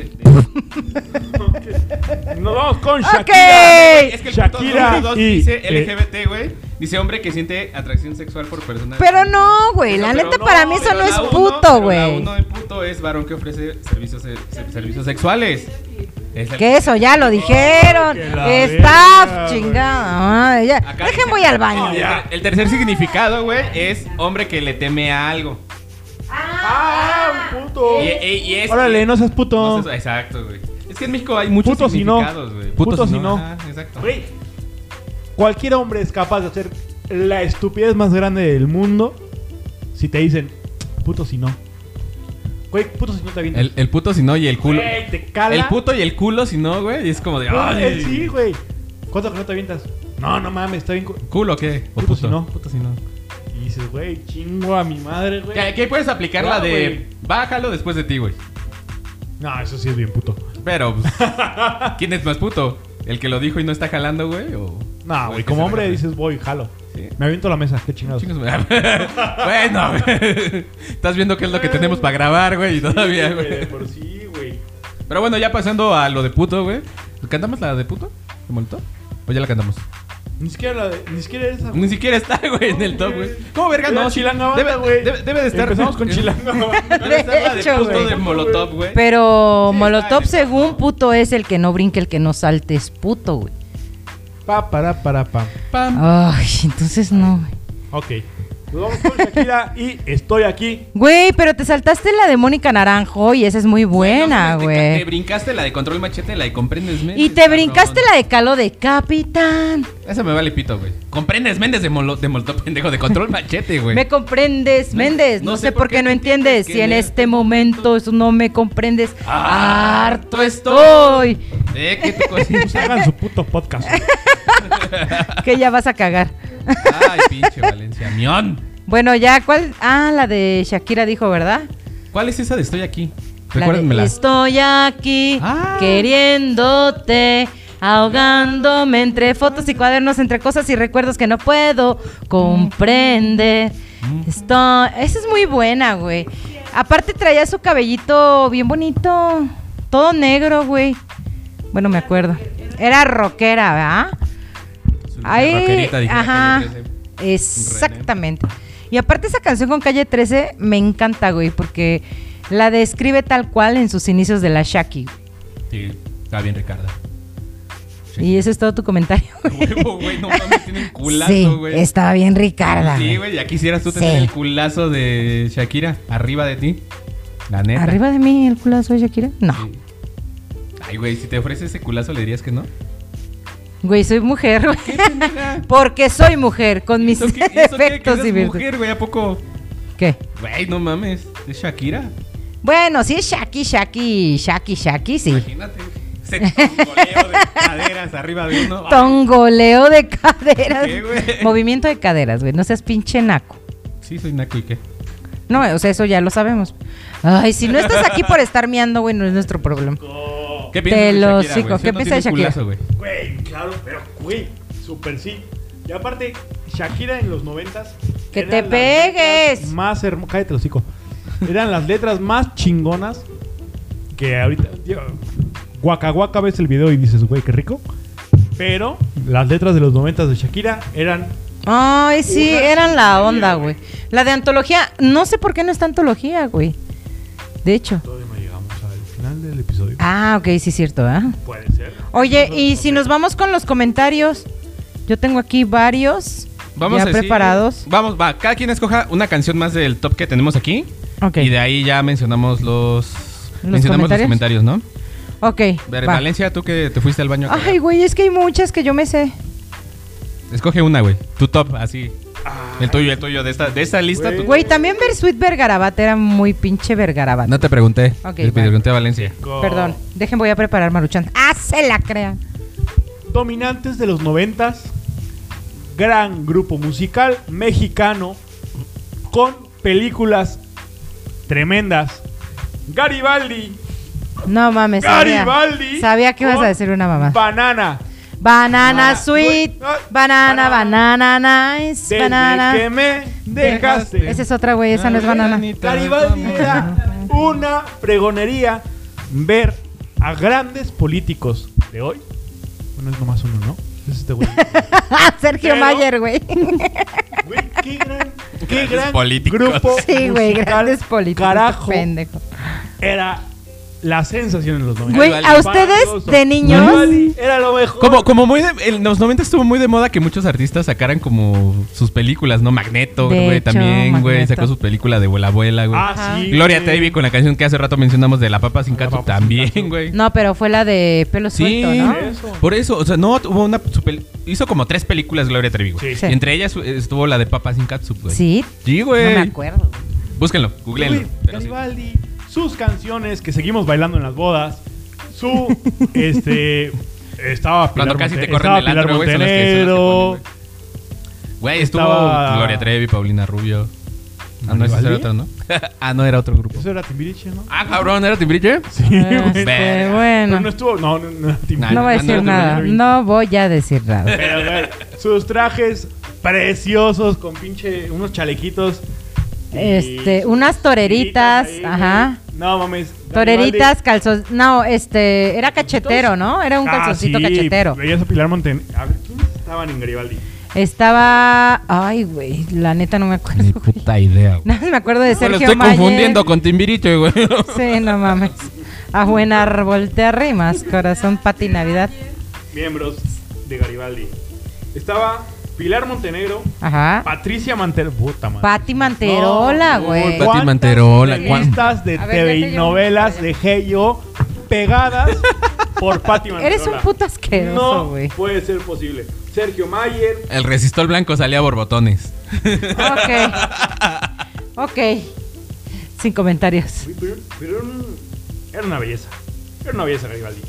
De- Nos vamos con Ok. Shakira. Es que el punto Shakira número dos y, dice eh, L G B T, güey. Dice hombre que siente atracción sexual por personas. Pero no, güey. La No, pero neta, no, para mí eso pero no es la uno- puto, pero La güey. uno en puto es varón que ofrece servicios, se- se- servicios sexuales. Es el- Que eso ya lo dijeron. que la Staff, verga, chingada. Ay, ya. Acá Dejen, dice- voy al baño. No, ya. El tercer significado, güey, es hombre que le teme a algo. ¡Ah, un puto! Y, y- y es. Órale, no seas puto. No seas- exacto, güey. Es que en México hay muchos Puto si no. significados, güey. Puto si no. Ajá, exacto. Güey, cualquier hombre es capaz de hacer la estupidez más grande del mundo si te dicen puto si no. Güey, puto si no te avientas. El, el puto si no y el culo. Güey, te cala. El puto y el culo si no, güey. Y es como de. Güey, Ay, sí, güey. ¿Cuánto que no te avientas? No, no mames, está bien. cu- ¿Culo o qué? O Puto si no. Puto si no. Y dices, güey, chingo a mi madre, güey. Que aquí puedes aplicar la No, de. güey. Bájalo después de ti, güey. No, eso sí es bien puto. Pero, pues, ¿quién es más puto? ¿El que lo dijo y no está jalando, güey? O... No, o güey, el que como se hombre la jala? dices, voy, jalo. Sí. Me aviento a la mesa, qué chingados. Chingas, güey. Bueno, güey. Estás viendo qué es lo que tenemos para grabar, güey, y todavía, Sí, güey. de por sí, güey. Pero bueno, ya pasando a lo de puto, güey. ¿Cantamos la de puto? ¿De Molotov? ¿O ya la cantamos? Ni siquiera la de, ni siquiera esa. Ni siquiera está, güey, en el top, güey. ¿Cómo verga? Era No, Chilanga debe, Banda, güey. debe, debe de estar. Empezamos con Chilanga Banda. Debe estar la de De hecho, puto güey. de Molotov, güey. Pero Sí, Molotov, está en el según top. puto, es el que no brinque, el que no salte, es puto, güey. Pa, para, para, pam. Pam. Ay, entonces no, güey. Ok. Nos vamos con Shakira y Estoy Aquí. Güey, pero te saltaste la de Mónica Naranjo y esa es muy buena, Bueno, te- Te güey. brincaste la de Control Machete, la de Comprendes Méndez. Y te cabrón. brincaste la de Calo de Capitán. Esa me vale pito, güey. Comprendes Méndez de, Molo, de Molotov, pendejo, de Control Machete, güey. Me comprendes, No- Méndez. No, sé por qué no entiendes. Si en este momento eso no me comprendes, Ah, harto estoy. Eh, que tu Pues cosita. hagan su puto podcast. Que ya vas a cagar. Ay, pinche Valencia. Mión. Bueno, ya, ¿cuál? Ah, la de Shakira dijo, ¿verdad? ¿Cuál es esa de Estoy Aquí? La de Recuérdenmela. Estoy aquí Ah. queriéndote, ahogándome entre fotos y cuadernos, entre cosas y recuerdos que no puedo comprender. Estoy... Esa es muy buena, güey. Aparte traía su cabellito bien bonito, todo negro, güey. Bueno, me acuerdo. Era rockera, ¿verdad? Ahí, Rockerita, dijera ajá, Calle trece. exactamente. Y aparte esa canción con Calle trece me encanta, güey, porque la describe tal cual en sus inicios de la Shaki. Sí, está bien, Ricardo. Sí. Y ese es todo tu comentario. Huevo, güey, no mames, tiene un culazo, Sí, güey. estaba bien Ricarda. Sí, güey, ya quisieras tú tener Sí. el culazo de Shakira arriba de ti. La neta. ¿Arriba de mí el culazo de Shakira? No. Sí. Ay, güey, si te ofrece ese culazo, ¿le dirías que no? Güey, soy mujer, güey. ¿Qué pendeja? Porque soy mujer, con mis ¿Eso qué- eso qué- que defectos seas y virtudes. mujer, güey, ¿a poco? ¿Qué? Güey, no mames, es Shakira. Bueno, si es Shaki, Shaki, Shaki, Shaki, sí. Imagínate. Ese tongoleo de caderas arriba de uno. Tongoleo de caderas. ¿Qué, güey? Movimiento de caderas, güey. No seas pinche naco. Sí, soy naco y qué. No, o sea, eso ya lo sabemos. Ay, si no estás aquí por estar miando, güey, no es nuestro problema. ¿Qué Te piensas de lo Shakira, sigo. güey? ¿Qué ¿Sí o no piensas de tiene Shakira? culazo, güey? Güey, claro, pero güey, súper sí. Y aparte, Shakira en los noventas. ¡Que eran te las pegues! letras Más hermosas. Cállate, los hocico. Eran las letras más chingonas que ahorita. Tío, guaca guaca ves el video y dices, güey, qué rico. Pero las letras de los noventas de Shakira eran. Ay, sí, Una eran la chingonería, onda, güey. güey. La de antología, no sé por qué no está antología, güey. De hecho. Todavía no llegamos al final del episodio. Ah, ok, sí es cierto, ¿ah? Puede ser. Oye, y si nos vamos con los comentarios, yo tengo aquí varios Vamos ya a decir- preparados. Vamos, va, cada quien escoja una canción más del top que tenemos aquí. Ok. Y de ahí ya mencionamos los. ¿Los mencionamos comentarios? los comentarios, ¿no? Ok. Ver, va. Valencia, tú que te fuiste al baño. a cagar. Ay, güey, es que hay muchas que yo me sé. Escoge una, güey. Tu top, así. El tuyo, el tuyo. De esta, de esta lista. Güey. tu- Güey, también Versuit Vergarabat era muy pinche Vergarabat. No te pregunté. Ok, Le va. pregunté a Valencia. Con Perdón, dejen, voy a preparar Maruchan. ¡Ah, se la crean! Dominantes de los noventas. Gran grupo musical mexicano. Con películas tremendas. Garibaldi. No mames, sabía. Garibaldi. Sabía que ibas con a decir una mamá. Banana. Banana Ah, sweet, güey, ah, banana, banana. banana nice, Desde banana. que me dejaste. Esa es otra, güey, esa no es banana. Garibaldi era una pregonería ver a grandes políticos de hoy. Bueno, es nomás uno, ¿no? Es este güey. Sergio Pero- Mayer, güey. Güey, qué gran, qué Grandes gran políticos. grupo Sí, güey, musical, grandes políticos. Carajo, Pendejo. era la sensación en los noventa. Güey, Garibaldi. a ustedes de niños. Garibaldi era lo mejor. Como, como muy de, en los noventa estuvo muy de moda que muchos artistas sacaran como sus películas, ¿no? Magneto, De güey, hecho, también, güey. Magneto. Sacó su película de Abuela Abuela, güey. Ah, Ajá. sí. Gloria güey. Trevi con la canción que hace rato mencionamos de La Papa Sin La Catsup Papa Sin también, Catsup. güey. No, pero fue la de pelo Sí, suelto, ¿no? Eso. por eso, o sea, no, hubo una, su pel- hizo como tres películas Gloria Trevi, güey. Sí. Sí. Y entre ellas eh, estuvo la de Papa Sin Catsup, güey. Sí. Sí, No güey. me acuerdo. güey. Búsquenlo, googleenlo. Güey, pero sí. Garibaldi, sus canciones que seguimos bailando en las bodas, su este estaba Pilar Cuando casi Monte- te corren estaba del antro, Pilar güey, son las que- son las que Montenegro. ponen, güey. Güey, estuvo Estaba- Gloria Trevi, Paulina Rubio. Ah, no, ese ¿Garibaldi? era otro, ¿no? ah, no, era otro grupo. Eso era Timbiriche, ¿no? Ah, cabrón, ¿era Timbiriche? Sí, Ah, güey. este, Verga. bueno. Pero no estuvo, no, no, no, Timbiriche. Nah, No voy a Ah, no, decir no, nada. no, no. No voy a decir nada. Pero, güey, sus trajes preciosos con pinche unos chalequitos. y Este, sus unas toreritas, ahí, ajá. güey. No mames. Toreritas, calzos. No, este, era cachetero, ¿no? Era un Ah, calzoncito sí, cachetero. Veías a Pilar Montenegro. A ver, ¿quiénes estaban en Garibaldi? Estaba. Ay, güey, la neta no me acuerdo. Ni güey. puta idea, güey. Nada más me acuerdo de Me lo Sergio estoy Mayer. confundiendo con Timbiriche, güey. Sí, no mames. A buen árbol te arrimas, corazón, Pati Navidad. Miembros de Garibaldi. Estaba Pilar Montenegro, Ajá. Patricia Manterola. Puta madre. Pati Manterola, No, güey. Pati ¿cuántas Manterola, listas de A ver, T V y ya te llevo novelas una de Heyo pegadas por Pati Manterola? Eres un puto asqueroso, No güey. puede ser posible. Sergio Mayer. El resistor blanco salía a borbotones. Ok. Ok. Sin comentarios. Uy, Pero, pero era, un- era una belleza. Era una belleza Garibaldi.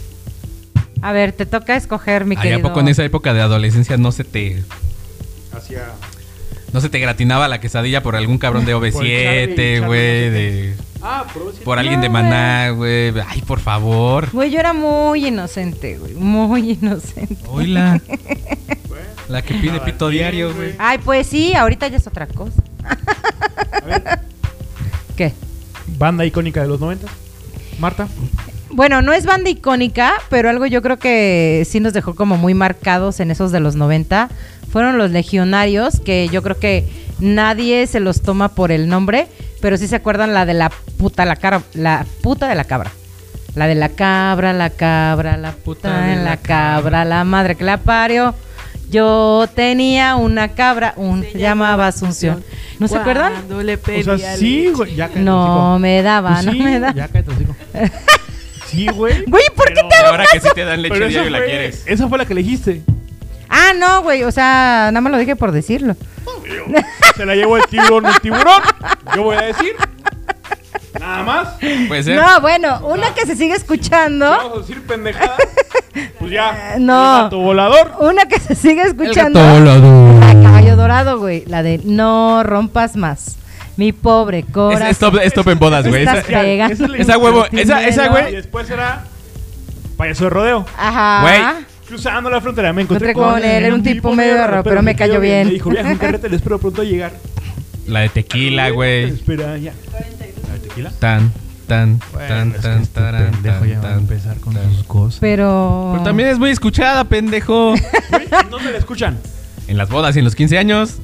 A ver, te toca escoger, mi Ay, ¿a querido. poco en esa época de adolescencia no se te Hacía. no se te gratinaba la quesadilla por algún cabrón de O V Por Charlie, siete, Charlie, güey, no sé de Ah, por si- por alguien No, de Maná, güey? Ay, por favor. Güey, yo era muy inocente, güey. Muy inocente. Oila, Bueno, la que pide nada pito bien, diario, güey. güey. Ay, pues sí, ahorita ya es otra cosa. A ver, ¿Qué? banda icónica de los noventa. Marta. Bueno, no es banda icónica, pero algo yo creo que sí nos dejó como muy marcados en esos de los noventa. Fueron los Legionarios, que yo creo que nadie se los toma por el nombre, pero sí se acuerdan la de la puta, la cara, la puta de la cabra. La de la cabra, la cabra, la puta en la cabra, la madre que la parió. Yo tenía una cabra, un, se llamaba Asunción. ¿No se acuerdan? Cuando le O pedía sea, sí, güey. Ya cállate el No hocico. me daba, Pues no sí, me daba. Ya cállate el hocico. Sí, güey. Güey, ¿por qué pero- te Y ahora que sí te dan leche pero esa diario la fue- quieres. Esa fue la que elegiste. Ah, no, güey, o sea, nada más lo dije por decirlo. Se la llevó el tiburón, el tiburón. Yo voy a decir. Nada más. Puede ser. No, bueno, una que se sigue escuchando. Vamos a decir pendejadas. Pues ya. Eh, no. El gato volador. Una que se sigue El escuchando. gato volador. La caballo dorado, güey. La de no rompas más. Mi pobre Es, corazón. es top, es top en bodas, güey. Estás Esa- pegando. Esa es la Esa huevo, inicial. esa, esa, Y güey. después era payaso de rodeo. Ajá. Güey. Cruzando la frontera me encontré Encontré con él, era un tipo medio raro, pero me cayó bien. Me dijo, viaje en carreta, le espero pronto llegar. La de tequila, güey. Espera, ya. ¿La de tequila? Tan, tan, Bueno, tan, es que tan, este taran, pendejo tan, ya va a tan, empezar con tan. sus cosas. Pero. Pero también es muy escuchada, pendejo. Güey, ¿en dónde la escuchan? En las bodas y en los quince años.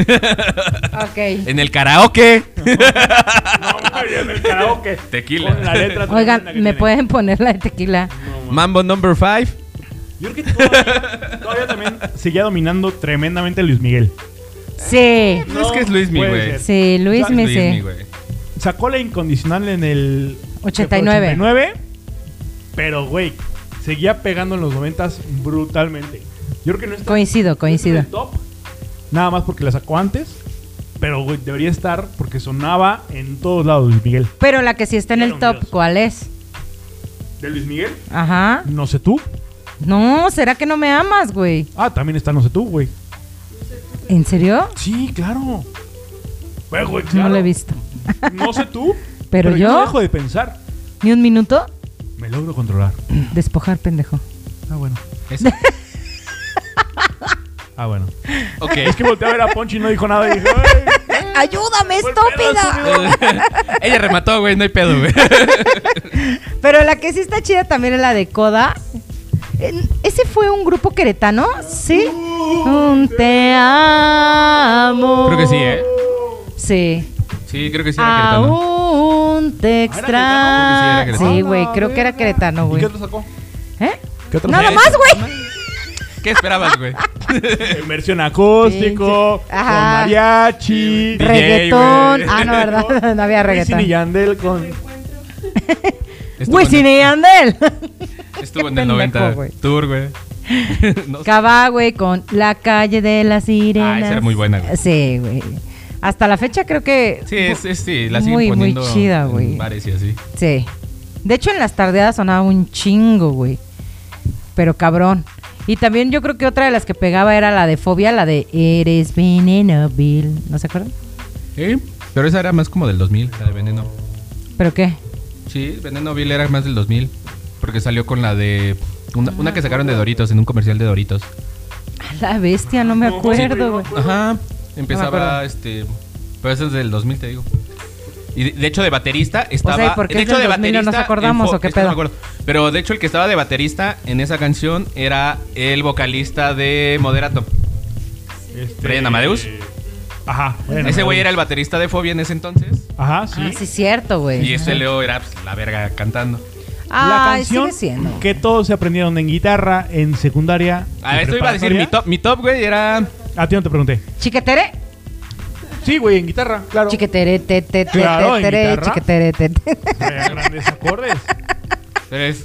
Ok. En el karaoke. No, güey, en el karaoke. Tequila. Con la letra Oigan, tremenda que ¿me tiene. pueden poner la de tequila? No, man. Mambo number five. Yo creo que todavía, todavía también seguía dominando tremendamente Luis Miguel. Sí. No, es que es Luismi, puede güey. ser. Sí, Luis O sea, me Luismi, sé. güey. Sacó la incondicional en el ochenta y nueve. ochenta y nueve, pero güey, seguía pegando en los noventas brutalmente. Yo creo que no está Coincido, no está en coincido. el top, nada más porque la sacó antes, pero güey, debería estar porque sonaba en todos lados Luis Miguel. Pero la que sí está en el Era un top, dios. ¿cuál es? ¿De Luis Miguel? Ajá. No sé tú. No, ¿será que no me amas, güey? Ah, también está No sé tú, güey. ¿En serio? Sí, claro. Güey, güey, claro. No lo he visto. No sé tú. ¿Pero yo? no dejo de pensar. ¿Ni un minuto? Me logro controlar. Despojar, pendejo. Ah, bueno. Eso. Ah, bueno. Ok. Es que volteé a ver a Ponchi y no dijo nada y dije, ¡ay! ¡Ayúdame, Fue el pedo, estúpida! Ella remató, güey, no hay pedo, güey. Pero la que sí está chida también es la de Coda. En- ¿Ese fue un grupo queretano? Sí. Un te amo. Creo que sí, ¿eh? Sí. Sí, creo que sí era queretano. Aún te ¿era extraño. queretano? Sí, güey, creo que era queretano, ¿Y güey. qué otro sacó? ¿Eh? ¿Qué otro Nada sacó? más, güey. ¿Qué esperabas, güey? En versión acústico, Pinche- Ajá. con mariachi, D J, Reggaetón. güey. Ah, no, ¿verdad? No había Wisin y reggaetón. Yandel con... Estuvo Wisin en y Yandel. el, estuvo en Qué el pendejo, noventa güey. tour, güey. No sé. Cava, güey, con La calle de las sirenas. Ah, esa era muy buena, güey. Sí, güey. Hasta la fecha creo que... Sí, es, es- sí, la siguen Muy, muy poniendo chida, en güey. bares y así. Sí. De hecho, en las tardeadas sonaba un chingo, güey. Pero cabrón. Y también yo creo que otra de las que pegaba era la de Fobia, la de Eres Veneno Bill. ¿No se acuerdan? Sí, pero esa era más como del dos mil, la de Veneno. ¿Pero qué? Sí, Veneno Bill era más del dos mil. Porque salió con la de... Una, una que sacaron de Doritos, en un comercial de Doritos. A La bestia, no me acuerdo, güey. Ajá. No Empezaba, me acuerdo. este... Pero eso es del dos mil, te digo. Y de, de hecho, de baterista estaba... O sea, ¿y por qué de es hecho, del de dos mil, no nos baterista acordamos, en fo- o qué es que no pedo? me acuerdo. Pero de hecho, el que estaba de baterista en esa canción era el vocalista de Moderato. Este, Brian Amadeus. Ajá. Brian Ese güey Amadeus. era el baterista de Fobia en ese entonces. Ajá, sí. Ah, sí, cierto, güey. Y ese Leo era pues, la verga cantando. La Ay, canción sigue siendo. que todos se aprendieron en guitarra, en secundaria. A en esto iba a decir, mi preparatoria. top, mi top, güey, era... A ti no te pregunté. Chiquetere. Sí, güey, en guitarra, claro. Chiquetere, te, te, te, Claro, en te, tere, guitarra. chiquetere, te, te. Traía grandes acordes. Tres.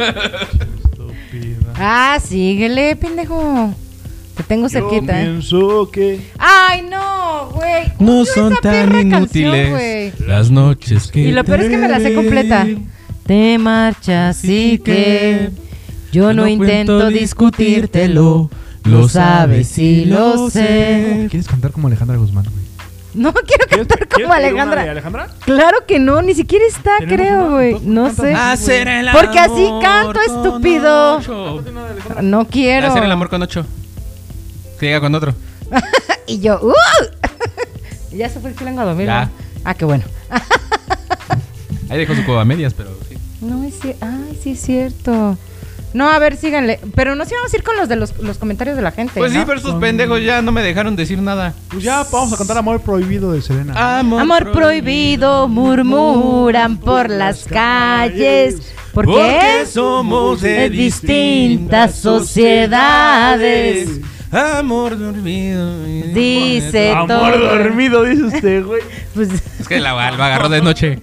Estúpida. Ah, síguele, pendejo. Te tengo Yo cerquita. ¿eh? pienso que... Ay, no, güey. No Odio son esa tan perra inútiles canción, güey. las noches que Y lo peor es que me la sé te completa. veré. Te marchas y que yo no, No intento cuento discutírtelo. Lo sabes y lo sé. ¿Quieres cantar como Alejandra Guzmán, güey? No quiero ¿Quieres- cantar quieres como pedir una Alejandra. de Alejandra? Claro que no, ni siquiera está, ¿Tenemos creo, una? güey. Entonces, No cántanos. sé. Hacer el Porque así amor canto, con estúpido. ocho. Una de Alejandra. No quiero. Hacer el amor con ocho. Que llega con otro. Y yo, ¡uh! Ya se fue el chilango a dormir. Ya. ¿no? Ah, qué bueno. Ahí dejó su cueva a medias, pero sí. No es cierto. Ay, sí es cierto. No, a ver, síganle. Pero no se vamos a ir con los de los, los comentarios de la gente. Pues ¿no? sí, pero estos pendejos ya no me dejaron decir nada. Pues ya vamos a cantar Amor Prohibido de Selena. Amor prohibido murmuran por las calles. ¿Por Porque qué? somos de De distintas sociedades. Amor dormido. Dice Amor todo. dormido, dice usted, güey. Pues Es que la, la agarró de noche.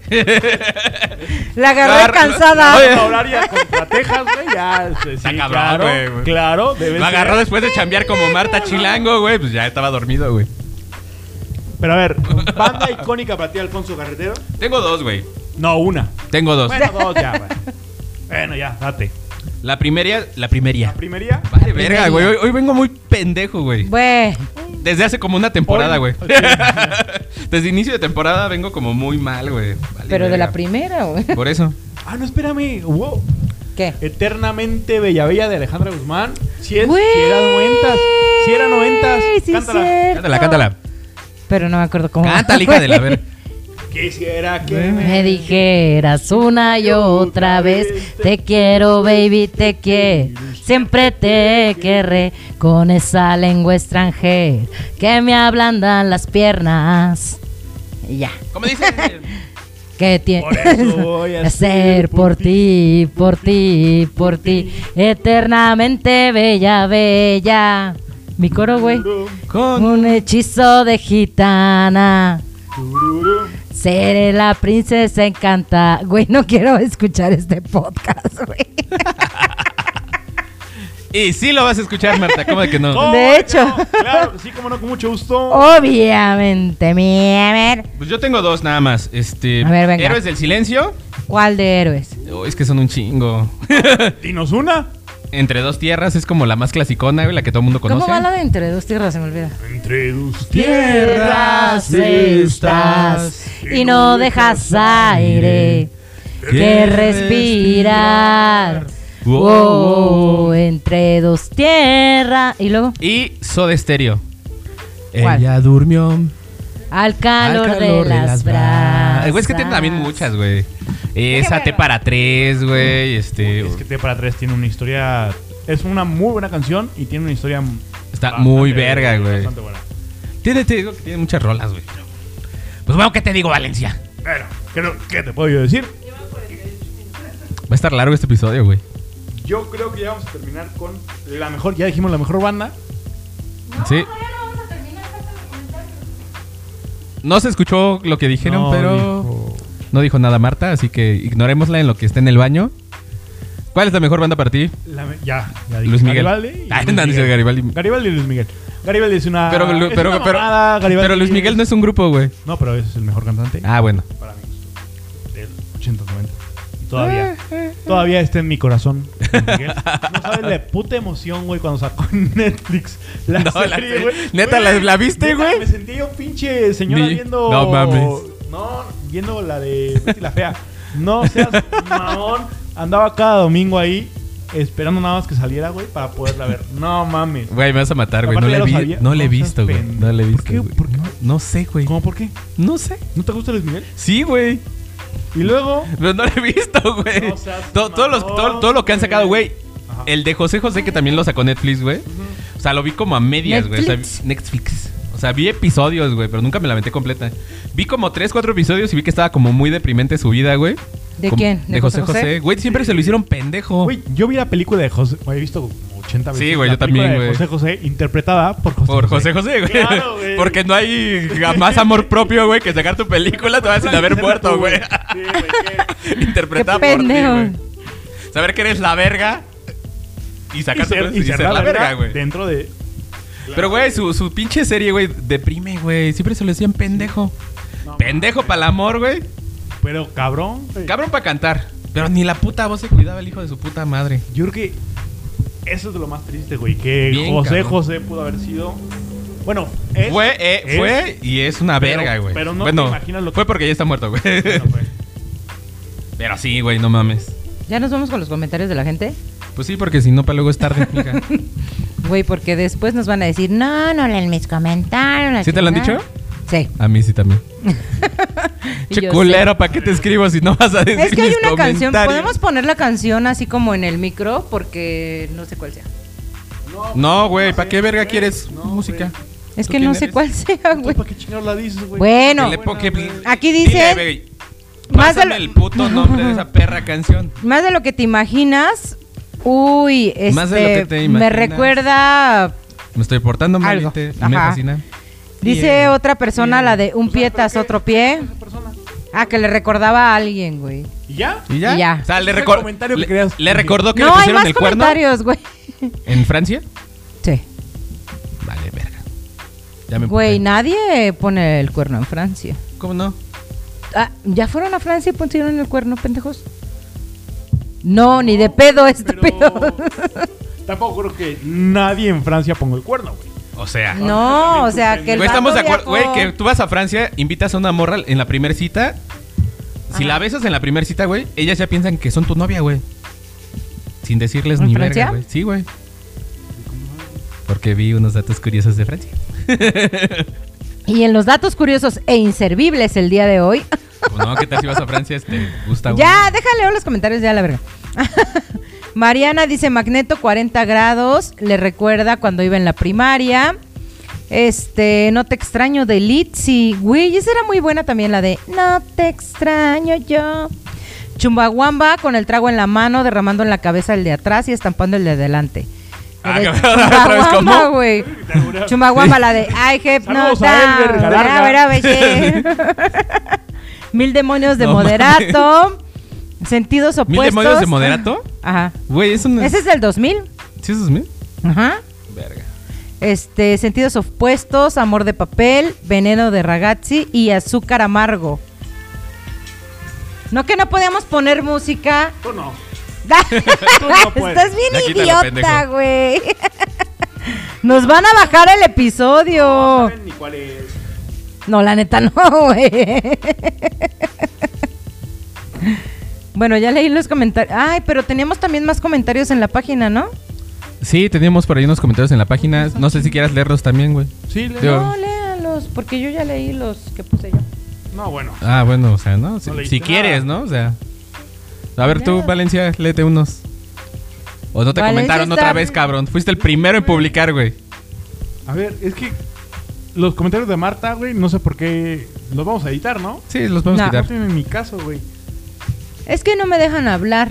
la agarré Agarra- cansada. Oye. Vamos a hablar ya contra Texas, güey. Ya, sí, Está sí, cabrón, claro, güey, güey. claro, debe Lo agarró ser. después de chambear como Marta Chilango, güey. Pues ya estaba dormido, güey. Pero a ver, banda icónica para ti, Alfonso Carretero. Tengo dos, güey. No, una. Tengo dos. Bueno, dos ya, güey. Bueno, ya, date. La primera, la primería. La primería. Vale, verga, güey. Hoy, hoy vengo muy pendejo, güey. Güey, Desde hace como una temporada, Hoy- güey. Desde inicio de temporada vengo como muy mal, güey. Vale, pero de verga. la primera, güey. Por eso. Ah, no, espérame. Wow. ¿Qué? Eternamente Bella Bella de Alejandra Guzmán. Si es, Güey, si era noventas. Si era noventas. sí, cántala. cierto. Cántala, cántala. Pero no me acuerdo cómo. Cántala, hija de la ver. Quisiera que Me dijeras una y otra vez, te quiero, baby, te quiero. Siempre te querré con esa lengua extranjera que me ablandan las piernas. Y ya. ¿Cómo dice? ¿Qué tiene? Por eso voy a hacer por ti, por ti, por ti, eternamente bella, bella. Mi coro, güey. Con Un hechizo de gitana. Tururú. Seré la princesa encanta. Güey, no quiero escuchar este podcast, güey. Y sí lo vas a escuchar, Marta. ¿Cómo de que no? ¿Cómo De que hecho. no? Claro, sí, como no, con mucho gusto. Obviamente, mi a ver. Pues yo tengo dos nada más. Este. A ver, venga. Héroes del Silencio. ¿Cuál de héroes? Oh, es que son un chingo. Dinos una. Entre dos tierras es como la más clasicona, güey, la que todo el mundo conoce. ¿Cómo va la de entre dos tierras? Se me olvida. Entre dos Tierras estás y no dejas aire que respirar. Wow. Oh, entre dos tierras. Y luego, Y Soda Stereo. ¿Cuál? Ella durmió al calor, al de, las brasas. Güey, es que tiene también muchas, güey. Esa T para tres, güey. Este. Es que T para tres tiene una historia. Es una muy buena canción y tiene una historia. Está bastante- muy verga, güey. Bastante buena. Tiene, te digo que tiene muchas rolas, güey. pero- Pues bueno, ¿qué te digo, Valencia? Bueno, ¿qué, lo- qué te puedo yo decir? Va a estar largo este episodio, güey. Yo creo que ya vamos a terminar con la mejor. Ya dijimos la mejor banda. Sí. No se escuchó lo que dijeron, No, pero dijo- no dijo nada Marta, así que ignorémosla en lo que esté en el baño. ¿Cuál es la mejor banda para ti? la me- ya, ya dije. Luis Miguel. Garibaldi y Ay, Luis no, dice Miguel. Garibaldi. Garibaldi y Luis Miguel. Garibaldi es una. Pero, es pero, una pero, mamada, Garibaldi pero Luis Miguel no es un grupo, güey. No, pero es el mejor cantante. Ah, bueno. Para mí. Del ochenta, noventa. Y todavía. Todavía está en mi corazón. Luis Miguel. No sabes la puta emoción, güey, cuando sacó en Netflix la No, la serie, serie. güey. ¿Neta, Güey, la- la viste, neta, güey? Me sentí yo pinche señora Ni- viendo. no mames. No, viendo la de Betty la Fea. No seas mamón. Andaba cada domingo ahí. esperando nada más que saliera, güey, para poderla ver. No mames. Güey, me vas a matar, güey. No Aparte le ya lo vi, sabía. no le he No seas visto, güey. pendejo. No le he ¿Por visto. qué? güey. ¿Por qué? No, no sé, güey. ¿Cómo por qué? No sé. ¿No te gusta Luis Miguel? Sí, güey. Y luego... Pero no lo he visto, güey. No seas todo, todo, los- mamón, todo, todo lo que han sacado, güey. Ajá. El de José José, que también lo sacó Netflix, güey. O sea, lo vi como a medias, güey. O sea, Netflix. Netflix. O sea, vi episodios, güey, pero nunca me la aventé completa. Vi como tres, cuatro episodios y vi que estaba como muy deprimente su vida, güey. ¿De Como- quién? De, José José. Güey, siempre se lo hicieron pendejo. Güey, yo vi la película de José... He visto como ochenta veces. Sí, güey, la yo también, película de güey. José José, interpretada por José Por José José, güey. Claro, güey. Porque no hay más amor propio, güey, que sacar tu película te vas sin haber muerto, güey. Sí, güey, qué- Interpretada Qué por ti, pendejo. güey. Saber que eres la verga y sacar Y tu ser, y ser la verga, güey. Dentro de... Pero, güey, su, su pinche serie, güey, deprime, güey. Siempre se lo decían pendejo. No, Pendejo para el amor, güey. Pero cabrón, güey. Cabrón para cantar. Pero ni la puta voz se cuidaba el hijo de su puta madre. Yo creo que eso es de lo más triste, güey. Que Bien, José cabrón. José pudo haber sido... Bueno, es... Fue, eh, es- fue y es una pero- verga, güey. pero no bueno, te imaginas lo que- fue porque ya está muerto, güey. Bueno, güey. Pero sí, güey, no mames. ¿Ya nos vamos con los comentarios de la gente? Pues sí, porque si no, para luego es tarde, mija. Güey, porque después nos van a decir, no, no leen mis comentarios. la ¿Sí te lo han chingada". dicho? Sí. A mí sí también. Y Che yo culero, ¿para qué te escribo si no vas a decir Es que hay mis una canción, comentarios? podemos poner la canción así como en el micro porque no sé cuál sea. No, güey, ¿para qué verga quieres No, música? Es ¿Tú que quién no sé eres? cuál sea, güey. ¿Tú para qué chingados la dices, güey? Bueno. Que le po- que- güey. Aquí Dile, dice, güey, más de pásame lo- el puto nombre de esa perra canción. más de lo que te imaginas. Uy, este, Más de lo que te me imaginas. recuerda, Me estoy portando mal, Algo. te- me Ajá. fascina. dice Bien. otra persona, Bien. la de un pie tras otro pie. Esa persona. Ah, que le recordaba a alguien, güey. ¿Y ya? ¿Y ya? Y ya. O sea, le, Ese recor- comentario que le, querías- le recordó que No, le hay pusieron más el cuerno comentarios, güey. en Francia. Sí. Vale, verga. Ya me Güey, emputé. nadie pone el cuerno en Francia. ¿Cómo no? Ah, ¿ya fueron a Francia y pusieron el cuerno, pendejos? No, ni de pedo, estúpido. Pero tampoco creo que nadie en Francia ponga el cuerno, güey. O sea. No, o sea, que el Güey, estamos de vato acuerdo, güey, viajó. que tú vas a Francia, invitas a una morra en la primera cita. Si Ajá. la besas en la primera cita, güey, ellas ya piensan que son tu novia, güey. Sin decirles ¿En ni Francia? verga, güey. Sí, güey. Porque vi unos datos curiosos de Francia. Y en los datos curiosos e inservibles el día de hoy. Pues no, ¿qué tal si vas a Francia? Te gusta Ya, déjale ver los comentarios ya, la verga. Mariana dice Magneto cuarenta grados. Le recuerda cuando iba en la primaria. Este, no te extraño de Litzy. Güey, esa era muy buena también, la de No te extraño yo. Chumbawamba con el trago en la mano, derramando en la cabeza el de atrás y estampando el de adelante. La Ah, de otra vez, ¿cómo? Chumbawamba, güey. Chumbawamba, la de I have no Saludos a Elber, la doubt. larga. Verá, verá, verá. Mil demonios de No moderato. Sentidos opuestos. ¿Mil demonios de moderato? Ajá. Güey, eso no Ese es del dos mil. ¿Sí eso es mil? Ajá. Verga. Este, sentidos opuestos, amor de papel, veneno de ragazzi y azúcar amargo. No que no podíamos poner música. Tú no. no puedes. Estás bien Ya quítalo, idiota, pendejo. güey. Nos van a bajar el episodio. No saben ni cuál es. No, la neta no, güey. Bueno, ya leí los comentarios. Ay, pero teníamos también más comentarios en la página, ¿no? Sí, teníamos por ahí unos comentarios en la página. No sé si quieras leerlos también, güey. Sí, le- Digo- No, léalos, porque yo ya leí los que puse yo. No, bueno. Ah, bueno, o sea, ¿no? Si, No leíste si quieres, nada. ¿no? O sea. A ver, tú, Ya. Valencia, léete unos. O no te Valencia comentaron está- otra vez, cabrón. Fuiste el primero en publicar, güey. A ver, es que los comentarios de Marta, güey, no sé por qué los vamos a editar, ¿no? Sí, los vamos No. a No quitar. tienen en mi caso, güey. Es que no me dejan hablar.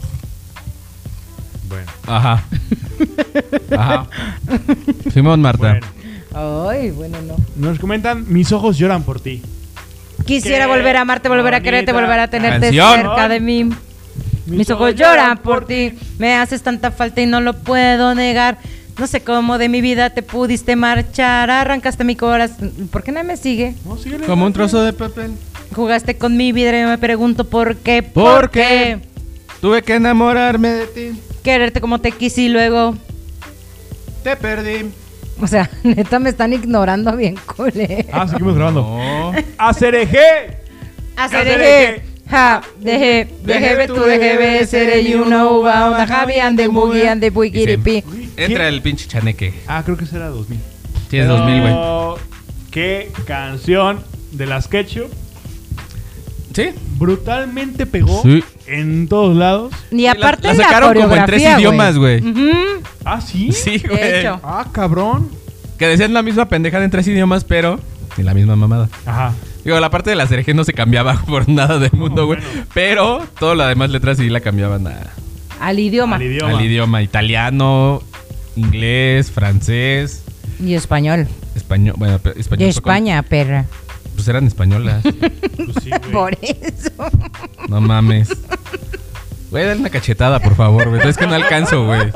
Bueno. Ajá. Ajá. Simón Marta. Bueno. Ay, bueno, no. Nos comentan, mis ojos lloran por ti. Quisiera Qué volver a amarte, volver a bonita quererte, volver a tenerte canción. cerca de mí. Mis ojos lloran por ti. Me haces tanta falta y no lo puedo negar. No sé cómo de mi vida te pudiste marchar. Arrancaste mi corazón. ¿Por qué no me sigue? No, síguele, Como un Marta. trozo de papel. Jugaste con mi vida y me pregunto por qué. ¿Por qué? Tuve que enamorarme de ti. Quererte como te quise y luego. Te perdí. O sea, neta me están ignorando bien, cule. Ah, seguimos grabando. No. ¡Acereje! Hacer Hacer eje. Ha, the hip, the hip to the hip, say you know about the happy and the boogie and the boogie pi. Entra el pinche chaneque. Ah, creo que será dos mil. Sí, es dos mil, güey. Oh, qué canción de las Ketchup. ¿Sí? Brutalmente pegó Sí. en todos lados. Y aparte la, la, la sacaron como en tres coreografía, idiomas, güey. Ujú. Ah, sí. Sí, De güey. hecho. Ah, cabrón. Que decían la misma pendejada en tres idiomas, pero en la misma mamada. Ajá. Digo, la parte de la cereje no se cambiaba por nada del mundo, güey. bueno. Pero todas las demás letras sí la cambiaban a, Al idioma. Al idioma. al idioma italiano, inglés, francés, Y español. español. Bueno, pero español. De fue con- España, perra. Pues eran españolas. Pues sí, güey. Por eso. No mames. Güey, dale una cachetada, por favor, güey. Es que no alcanzo, güey.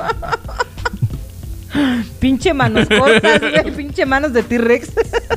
Pinche manos cortas, güey. Pinche manos de T-Rex.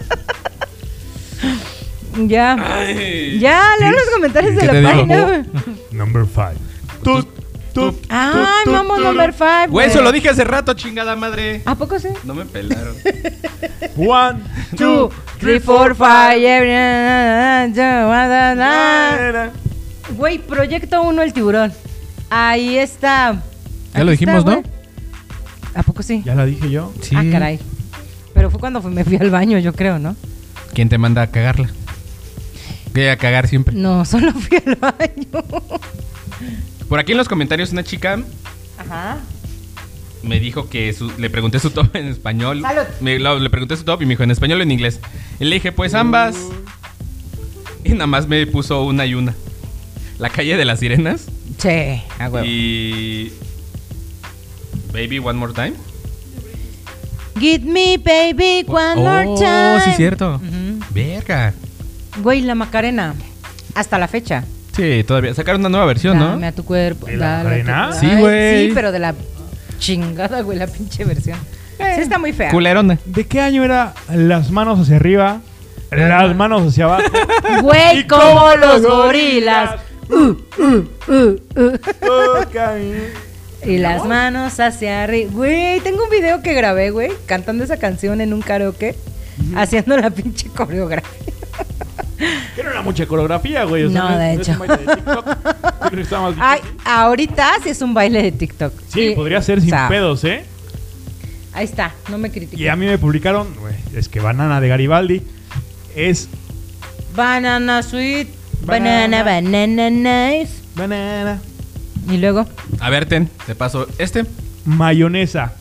Ya. Ay. Ya, leo los comentarios de ¿Qué la te digo? página, güey. Number five. Tut, tut, Ay, tut, vamos, tut, number five. Güey, eso lo dije hace rato, chingada madre. ¿A poco sí? No me pelaron. One, Two, two, three, four, five. every- da, da, da. Güey, Proyecto uno, el tiburón. Ahí está. Ya lo Aquí dijimos, está, ¿no? güey. ¿A poco sí? Ya la dije yo. Sí. Ah, caray. Pero fue cuando fui- me fui al baño, yo creo, ¿no? ¿Quién te manda a cagarla? Voy a cagar siempre. No, solo fui al baño. Por aquí en los comentarios una chica Ajá. me dijo que su- le pregunté su top en español. Salud. Me- lo- le pregunté su top y me dijo en español o en inglés. Y le dije, pues ambas. Y nada más me puso una y una. La calle de las sirenas Sí, a huevo. y Baby One More Time. Give me baby one more Oh, time. sí, cierto. Ujú. Verga. Güey, la Macarena. Hasta la fecha. Sí, todavía. Sacaron una nueva versión, Dame ¿no? a tu cuerpo. ¿De la dale a tu- Macarena? Sí, Ay, güey. Sí, pero de la chingada, güey, la pinche versión. Sí, está muy fea. Culerona. ¿De qué año era las manos hacia arriba, las manos hacia abajo? Güey, Y como como los los gorilas. Uh, uh, uh, uh. Oh, camino. Y las manos hacia arriba. Güey, tengo un video que grabé, güey, cantando esa canción en un karaoke, haciendo la pinche coreografía. Que no era mucha coreografía, güey. o sea, No, de es hecho. un baile de TikTok. Yo creo que está más Ay, difícil. ahorita sí es un baile de TikTok. Sí, Y- podría ser o sin sea, pedos, ¿eh? Ahí está, no me critiques. Y a mí me publicaron, güey, es que Banana de Garibaldi es Banana sweet, Banana. banana, banana nice. banana, Y luego, A ver, ten, te paso este. mayonesa.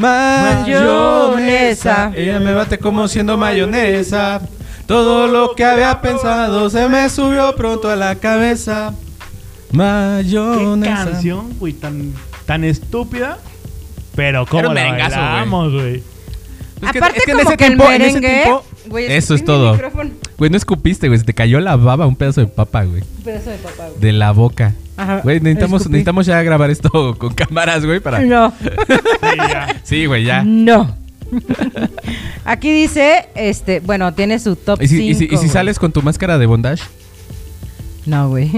Mayonesa. Ella me bate como siendo mayonesa. Todo lo que había pensado se me subió pronto a la cabeza. Qué Mayonesa. canción, güey, tan, tan estúpida. Pero Era cómo un la merengazo, güey. bailamos, güey. Es que- aparte es que en como ese que tiempo- el en ese merengue, tiempo, güey, eso es escupí mi todo. micrófono. Güey, no escupiste, güey. Se te cayó la baba, un pedazo de papa, güey. Un pedazo de papá, güey. De la boca. Ajá, Güey, necesitamos, escupí. necesitamos ya grabar esto con cámaras, güey, para... No, Sí, ya. Sí, güey, ya. no. Aquí dice, este, bueno, tiene su top ¿Y si, y si- cinco, y si güey. sales con tu máscara de bondage? No, güey.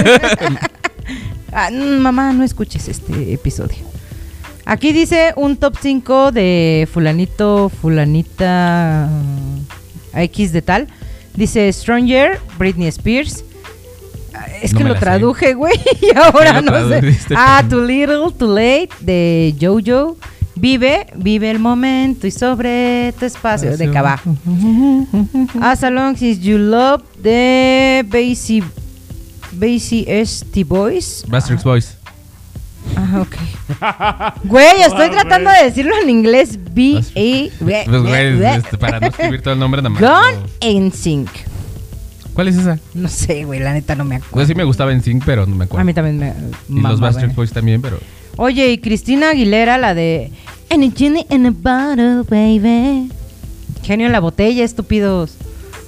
Ah, mm, mamá, no escuches este episodio. Aquí dice un top cinco de fulanito, fulanita mm, X de tal. Dice Stronger, Britney Spears. Ah, Es No que me lo la sé. traduje, güey, y ahora lo no sé. tradujiste? Ah, Too Little, Too Late de Jojo. Vive, vive el momento y sobre tu espacio de Cabá. As Long As You Love de Basie Basie T Boys. Bastrix Boys. Ah, ok. Güey, estoy Wow, tratando güey. de decirlo en inglés. B A Pues, güey, este, para no escribir todo el nombre nada más. Gone no. in Sync. ¿Cuál es esa? No sé, güey, la neta no me acuerdo. Pues sí me gustaba en Sync, pero no me acuerdo. A mí también me y mamaba, los Bastrix eh. Boys también, pero... Oye, y Cristina Aguilera, la de And a genie in a bottle, baby. Genio en la botella, estúpidos.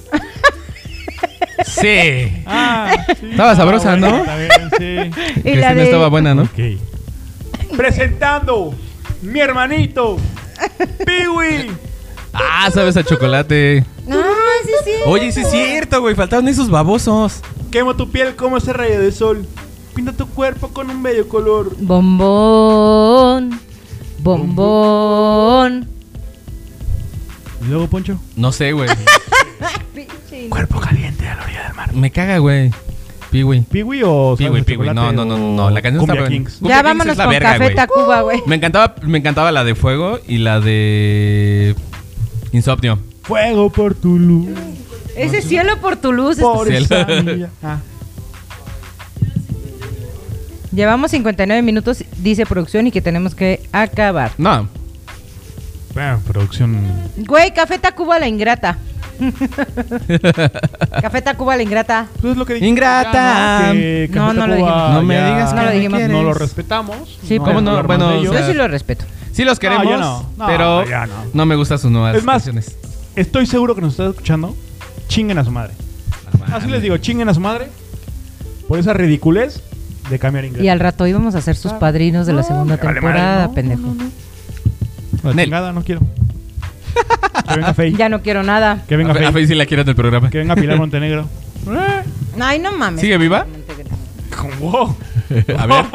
Sí. Ah, sí. Estaba sabrosa, Ah, bueno, ¿no? está bien, sí. Y la Cristina de- estaba buena, ¿no? Ok. Presentando mi hermanito, Piwi. Ah, sabes a chocolate. No, sí, sí. Oye, sí es cierto, güey. Faltaron esos babosos. Quemo tu piel como ese rayo de sol. Pinta tu cuerpo con un bello color. Bombón. Bombón. ¿Y luego, Poncho? No sé, güey. Pinche. Cuerpo caliente a la orilla del mar. Me caga, güey. Piwi. ¿Piwi o Piwi, Sabes de Piwi. No, Chocolate no, no, o no. La canción Cumbia está buena. Kings? Cumbia Ya Kings vámonos es la con verga, Café güey. Tacuba, güey. Me encantaba, me encantaba la de Fuego y la de Insomnio. Fuego por tu luz. Ese cielo por tu luz. Por Cielo. esa milla. Ah. Llevamos cincuenta y nueve minutos, dice producción, y que tenemos que acabar. No. Bueno, producción. Güey, Café Tacuba la ingrata. Café Tacuba la ingrata. Pues es lo que dijimos Ingrata. ya, ¿no? Que No, Café no lo Tacuba dijimos. No me ya digas que No lo me dijimos. quieres. No lo respetamos. Sí, no ¿cómo vamos a no? hablar Bueno, más de o ellos. sea, Yo sí lo respeto. Sí los queremos, No, ya no. No, pero ya no. no me gustan sus nuevas Es más, canciones. estoy seguro que nos está escuchando. Chinguen a su madre. Así les digo, chinguen a su madre por esa ridiculez de cambiar inglés. Y al rato íbamos a ser sus padrinos de la No, segunda me vale temporada, madre, no, pendejo. no, no, no. La Nel. chingada, no quiero. Que venga Fey. Ya no quiero nada. Que venga A, Fe- a Fey. Fe sí la quiero en el programa. Que venga Pilar Montenegro. Eh, Ay, no mames. ¿Sigue viva? wow. A ver,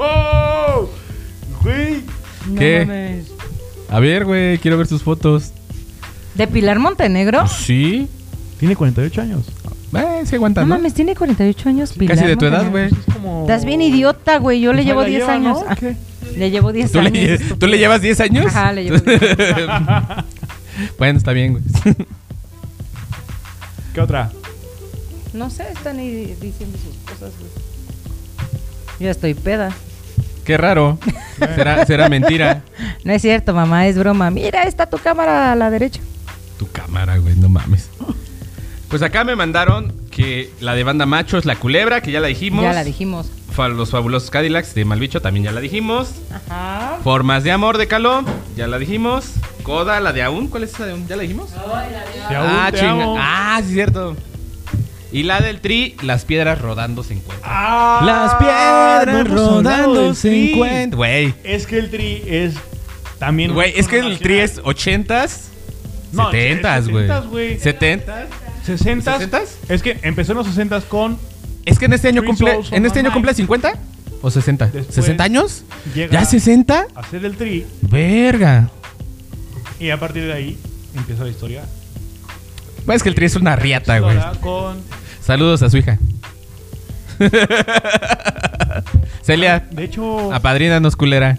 Güey. No ¿Qué? mames. a ver, güey, quiero ver sus fotos. ¿De Pilar Montenegro? Sí. Tiene cuarenta y ocho años. Eh, sí aguanta, No ¿no? mames, tiene cuarenta y ocho años Pilar Casi de tu edad, Montenegro. güey. Es como... Estás bien idiota, güey. Yo le Pues ahí llevo la diez lleva, años. ¿no? Ah, ¿Qué? le llevo diez ¿Tú años. le, ¿Tú le llevas diez años? Ajá, le llevo diez Bueno, está bien, güey. ¿Qué otra? No sé, están ahí diciendo sus cosas, güey. Yo estoy peda. Qué raro. ¿Será, será mentira? No es cierto, mamá, es broma. Mira, está tu cámara a la derecha. Tu cámara, güey, no mames. Pues acá me mandaron que la de Banda Macho es La Culebra, que ya la dijimos. Ya la dijimos. Fa- Los Fabulosos Cadillacs de Malbicho también ya la dijimos. Ajá. Formas de Amor de Caló, ya la dijimos. Coda, la de Aún, ¿cuál es esa de Aún? ¿Ya la dijimos? Te aún, ah, te chinga. amo. Ah, sí, cierto. Y la del Tri, Las Piedras Rodando se encuentran. Ah, Las no piedras hemos hablado rodando del se Tri. encuentran. Güey, Es que el Tri es también... güey, un es que el nacional. Tri es ochentas, No, setentas, güey. setentas, güey. Setentas. ¿sesentas? ¿sesentas? Es que empezó en los sesentas con... Es que en este año Three cumple, Souls en on este My año cumple Mind. cincuenta o sesenta. Después ¿sesenta años? llega ¿Ya sesenta? a hacer el Tri Verga. y a partir de ahí empieza la historia. Pues es que el Tri es una riata, güey. Historia con... Saludos a su hija. Celia, De hecho... apadrínanos, culera.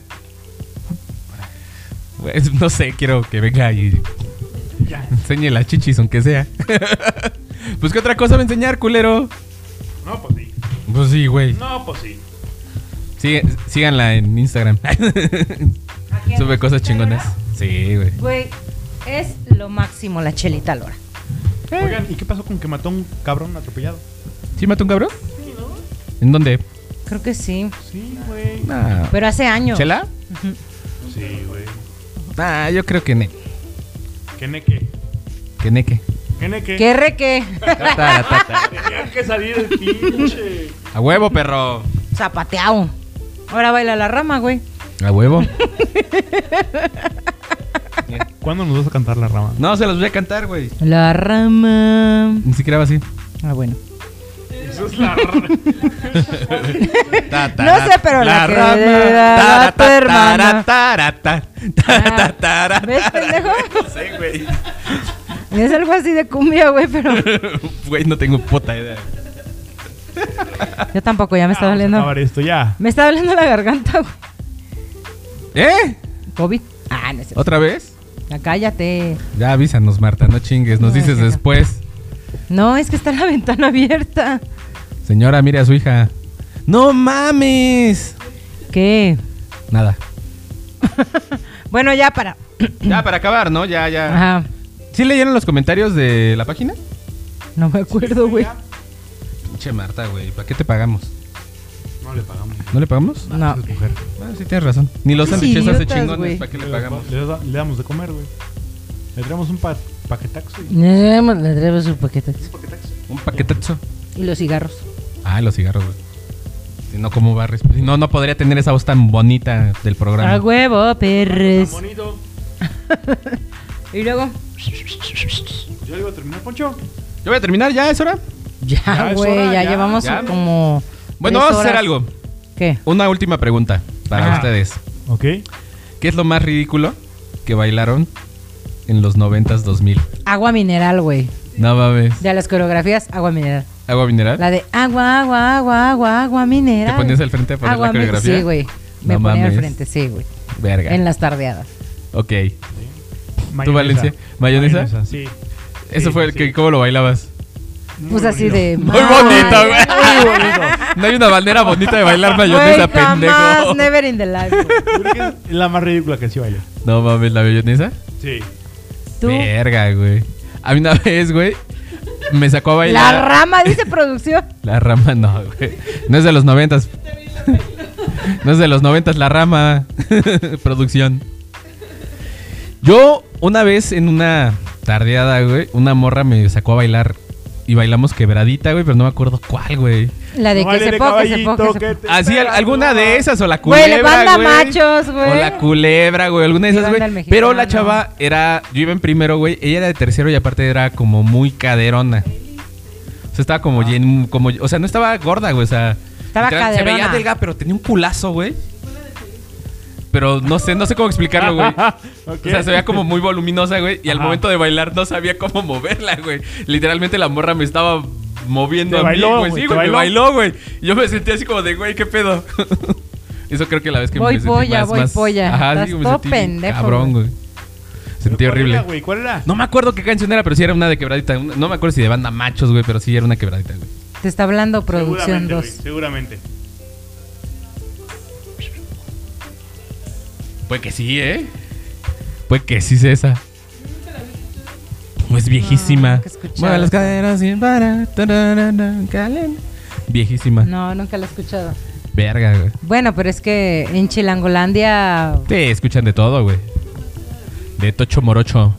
Pues, no sé, quiero que venga y Ya. enseñe las chichis, aunque sea. Pues, ¿qué otra cosa va a enseñar, culero? No, pues sí. Pues sí, güey. No, pues sí. Sigue- síganla en Instagram. Sube cosas chingonas. Sí, güey. Güey, es lo máximo la Chelita Lora. Oigan, ¿y qué pasó con que mató a un cabrón atropellado? ¿Sí mató un cabrón? Sí, ¿no? ¿En dónde? Creo que sí. Sí, güey. Nah. Pero hace años. ¿Chela? Sí, güey. Ah, yo creo que ne. ¿Qué neque? Que neque. ¿Qué neque? ¿Qué re qué? Ta, ta, ta, ta. Tenía que salir el pinche. A huevo, perro. Zapateado. Ahora baila la rama, güey. A huevo. ¿Cuándo nos vas a cantar la rama? No, se los voy a cantar, güey. La rama. Ni siquiera va así. Ah, bueno. Eso es la rama. Ta, ta, No sé, pero la que rama. le da Ta, a tu ta, hermana. ta, ta, ta, ta, ta, ta, ta, ¿Ves, ta. pendejo? No sé, güey. Es algo así de cumbia, güey, pero Güey, no tengo puta idea. yo tampoco, ya me está Vamos a doliendo. acabar esto ya. Me está doliendo la garganta, güey. ¿Eh? COVID. Ah, no es cierto. ¿Otra vez? Ya cállate. Ya avísanos, Marta, no chingues. Nos No, dices ya no. después. No, es que está la ventana abierta. Señora, mire a su hija. ¡No mames! ¿Qué? Nada. Bueno, ya para. Ya, para acabar, ¿no? Ya, ya. Ajá. ¿Sí leyeron los comentarios de la página? No me acuerdo, güey. Pinche Marta, güey. ¿Para qué te pagamos? No le pagamos. ¿No le pagamos? No. Es mujer. Ah, sí, tienes razón. Ni los Sí, sándwiches hace idiotas, chingones. güey. ¿Para qué le Le, pagamos? le da- le damos de comer, güey. Le traemos un pa paquetaxo y Le traemos, le traemos sus paquetes. un paquetaxo. Un paquetazo. Y los cigarros. Ah, los cigarros, güey. Si no, ¿cómo va a respirar? Si no, no podría tener esa voz tan bonita del programa. A huevo, perres. Tan bonito. Y luego. ¿Ya iba a terminar, Poncho? Yo voy a terminar, ¿ya es hora? Ya Ya, es güey, hora, ya, ya. llevamos Ya. como. Bueno, tres vamos a hacer horas. algo. ¿Qué? Una última pregunta para Ajá. ustedes. Ok. ¿Qué es lo más ridículo que bailaron en los noventas, dos mil? Agua mineral, güey. No mames. De las coreografías, agua mineral. ¿Agua mineral? La de agua, agua, agua, agua, agua mineral. ¿Te ponías al frente a poner Agua la mi- coreografía? Sí, güey. Me No ponía al mames. frente, sí, güey. Verga. En las tardeadas. Ok. Mayonesa. Valencia? ¿Mayonesa? Sí. Eso Sí, fue el sí. que... ¿Cómo lo bailabas? Muy Pues así bonito. de... Muy bonito, güey. Muy bonito. No hay una manera bonita de bailar mayonesa, Güey, jamás, pendejo. never in the life, güey. Yo creo que es la más ridícula que sí bailé. No mames, ¿la mayonesa? Sí. Tú. Verga, güey. A mí una vez, güey, me sacó a bailar. La rama, dice producción. La rama no, güey. No es de los noventas. No es de los noventas la rama. Producción. Yo una vez en una tardeada, güey, una morra me sacó a bailar. Y bailamos quebradita, güey, pero no me acuerdo cuál, güey. La de No que vale se de po, que se po, caballito que se que po. te Así, al- espera, alguna no. de esas, o la Güey, culebra, le banda güey. machos, güey. O la culebra, güey, alguna de Y esas, banda güey. el mexicano. Pero la chava era, yo iba en primero, güey, ella era de tercero y aparte era como muy caderona. O sea, estaba como llen, como, o sea, no estaba gorda, güey, o sea, Estaba literal, se veía caderona. delgada, pero tenía un culazo, güey. Pero no sé, no sé cómo explicarlo, güey. Ok. O sea, se veía como muy voluminosa, güey. Y al Ajá. momento de bailar no sabía cómo moverla, güey. Literalmente la morra me estaba moviendo Te a bailó, mí, güey. güey, Sí, te güey, me bailó. bailó, güey. Y yo me sentí así como de, güey, ¿qué pedo? Eso creo que la vez que Voy me sentí polla, más, voy más- polla. Ajá, Estás sí, me todo sentí pendejo, cabrón, güey. güey. Sentí ¿Cuál horrible. era, güey? ¿Cuál era? No me acuerdo qué canción era, pero sí era una de quebradita. Una- no me acuerdo si de banda machos, güey, pero sí era una quebradita, güey. Te está hablando producción Seguramente, dos. güey, seguramente. Puede que sí, ¿eh? Puede que sí sea esa. Pues viejísima. nunca he escuchado Mueve las esa. caderas y para. tararara, calen. Viejísima. No, nunca la he escuchado. Verga, güey. Bueno, pero es que en Chilangolandia... Sí, escuchan de todo, güey. De Tocho Morocho.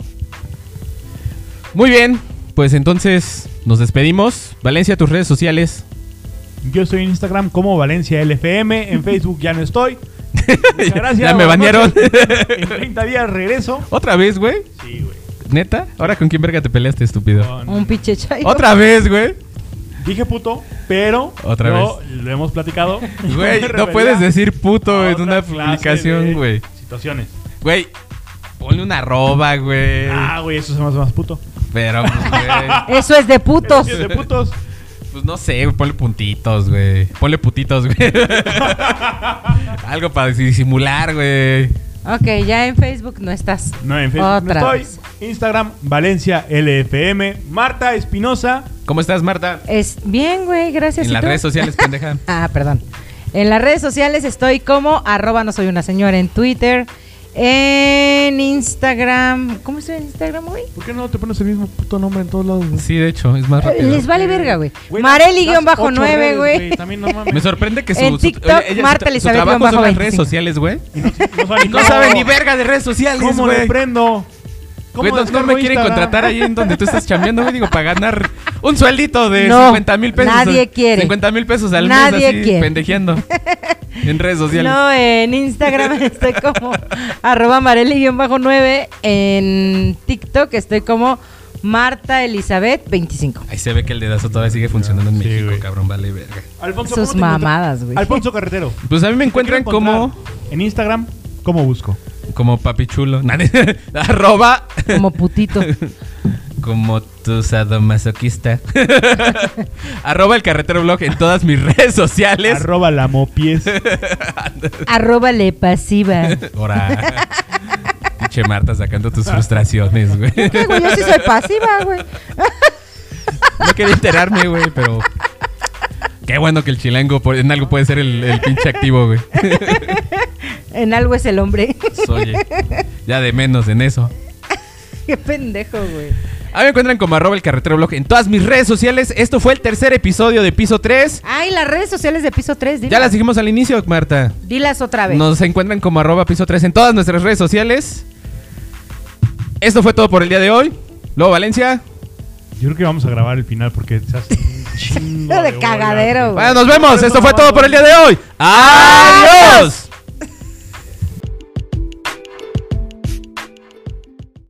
Muy bien, pues entonces nos despedimos. Valencia, tus redes sociales. Yo estoy en Instagram como Valencia L F M. En Facebook ya no estoy. Muchas gracias. Ya me buenas banearon. noches. En treinta días regreso. ¿Otra vez, güey? Sí, güey. ¿Neta? ¿Ahora con quién verga te peleaste, estúpido? No, no, Un pinche chayo. ¿Otra vez, güey? Dije puto, pero Otra yo, lo hemos platicado. Güey, Me no refería puedes decir puto a en otra una clase publicación, de güey. Situaciones. Güey, ponle una arroba, güey. Ah, güey, eso se me hace más puto. Pero, pues, güey. Eso es de putos. Es de putos. Pues no sé, güey, ponle puntitos, güey. Ponle putitos, güey. Algo para disimular, güey. Ok, ya en Facebook no estás. No, en Facebook Otra no vez. estoy. Instagram, Valencia L F M. Marta Espinosa. ¿Cómo estás, Marta? Es bien, güey, gracias. En ¿Y las tú? redes sociales, pendeja. Ah, perdón. En las redes sociales estoy como arroba no soy una señora en Twitter. En Instagram. ¿Cómo estoy en Instagram, güey? ¿Por qué no te pones el mismo puto nombre en todos lados? güey? Sí, de hecho, es más rápido. Les vale verga, güey. Güey, Mareli das guión bajo ocho nueve, redes, güey. También no mames. Me sorprende que su, En su- TikTok, oye, ella, su Marta tra- su Elizabeth trabajo guión son bajo las redes veinticinco. sociales, güey. Y no, no saben No cómo. saben ni verga de redes sociales, ¿Cómo le güey. prendo? Güey, no, no descargo me quieren Instagram? contratar ahí en donde tú estás chambeando, güey. Digo, para ganar un sueldito de No, cincuenta mil pesos. nadie quiere. cincuenta mil pesos al Nadie mes así, quiere. pendejeando. En redes sociales. No, en Instagram estoy como arroba Mareli guión bajo nueve. En TikTok estoy como Marta Elizabeth veinticinco. Ahí se ve que el dedazo todavía sigue funcionando en Sí, México, güey. cabrón, vale verga. Alfonso, Sus ¿cómo te encuentro- mamadas, güey. Alfonso Carretero. Pues a mí me Te quiero encuentran como encontrar En Instagram, ¿cómo busco? como papi chulo. Nadie- Arroba Como putito. como tu sadomasoquista. Arroba el carretero blog en todas mis redes sociales. Arroba la mopies. Arroba le pasiva. Ahora. Pinche Marta sacando tus frustraciones, güey. ¿Qué, güey? Yo sí soy pasiva, güey. No quería enterarme, güey, pero. Qué bueno que el chilango por- en algo puede ser el, el pinche activo, güey. En algo es el hombre. Oye, ya de menos en eso. Qué pendejo, güey. A mí me encuentran como arroba el carretero blog en todas mis redes sociales. Esto fue el tercer episodio de Piso tres. Ay, las redes sociales de Piso tres. Dilas. Ya las dijimos al inicio, Marta. Dilas otra vez. Nos encuentran como arroba Piso tres en todas nuestras redes sociales. Esto fue todo por el día de hoy. Luego Valencia. Yo creo que vamos a grabar el final porque se hace un chingo De bolas, cagadero, güey. güey. Bueno, nos vemos. Esto fue todo por el día de hoy. ¡Adiós!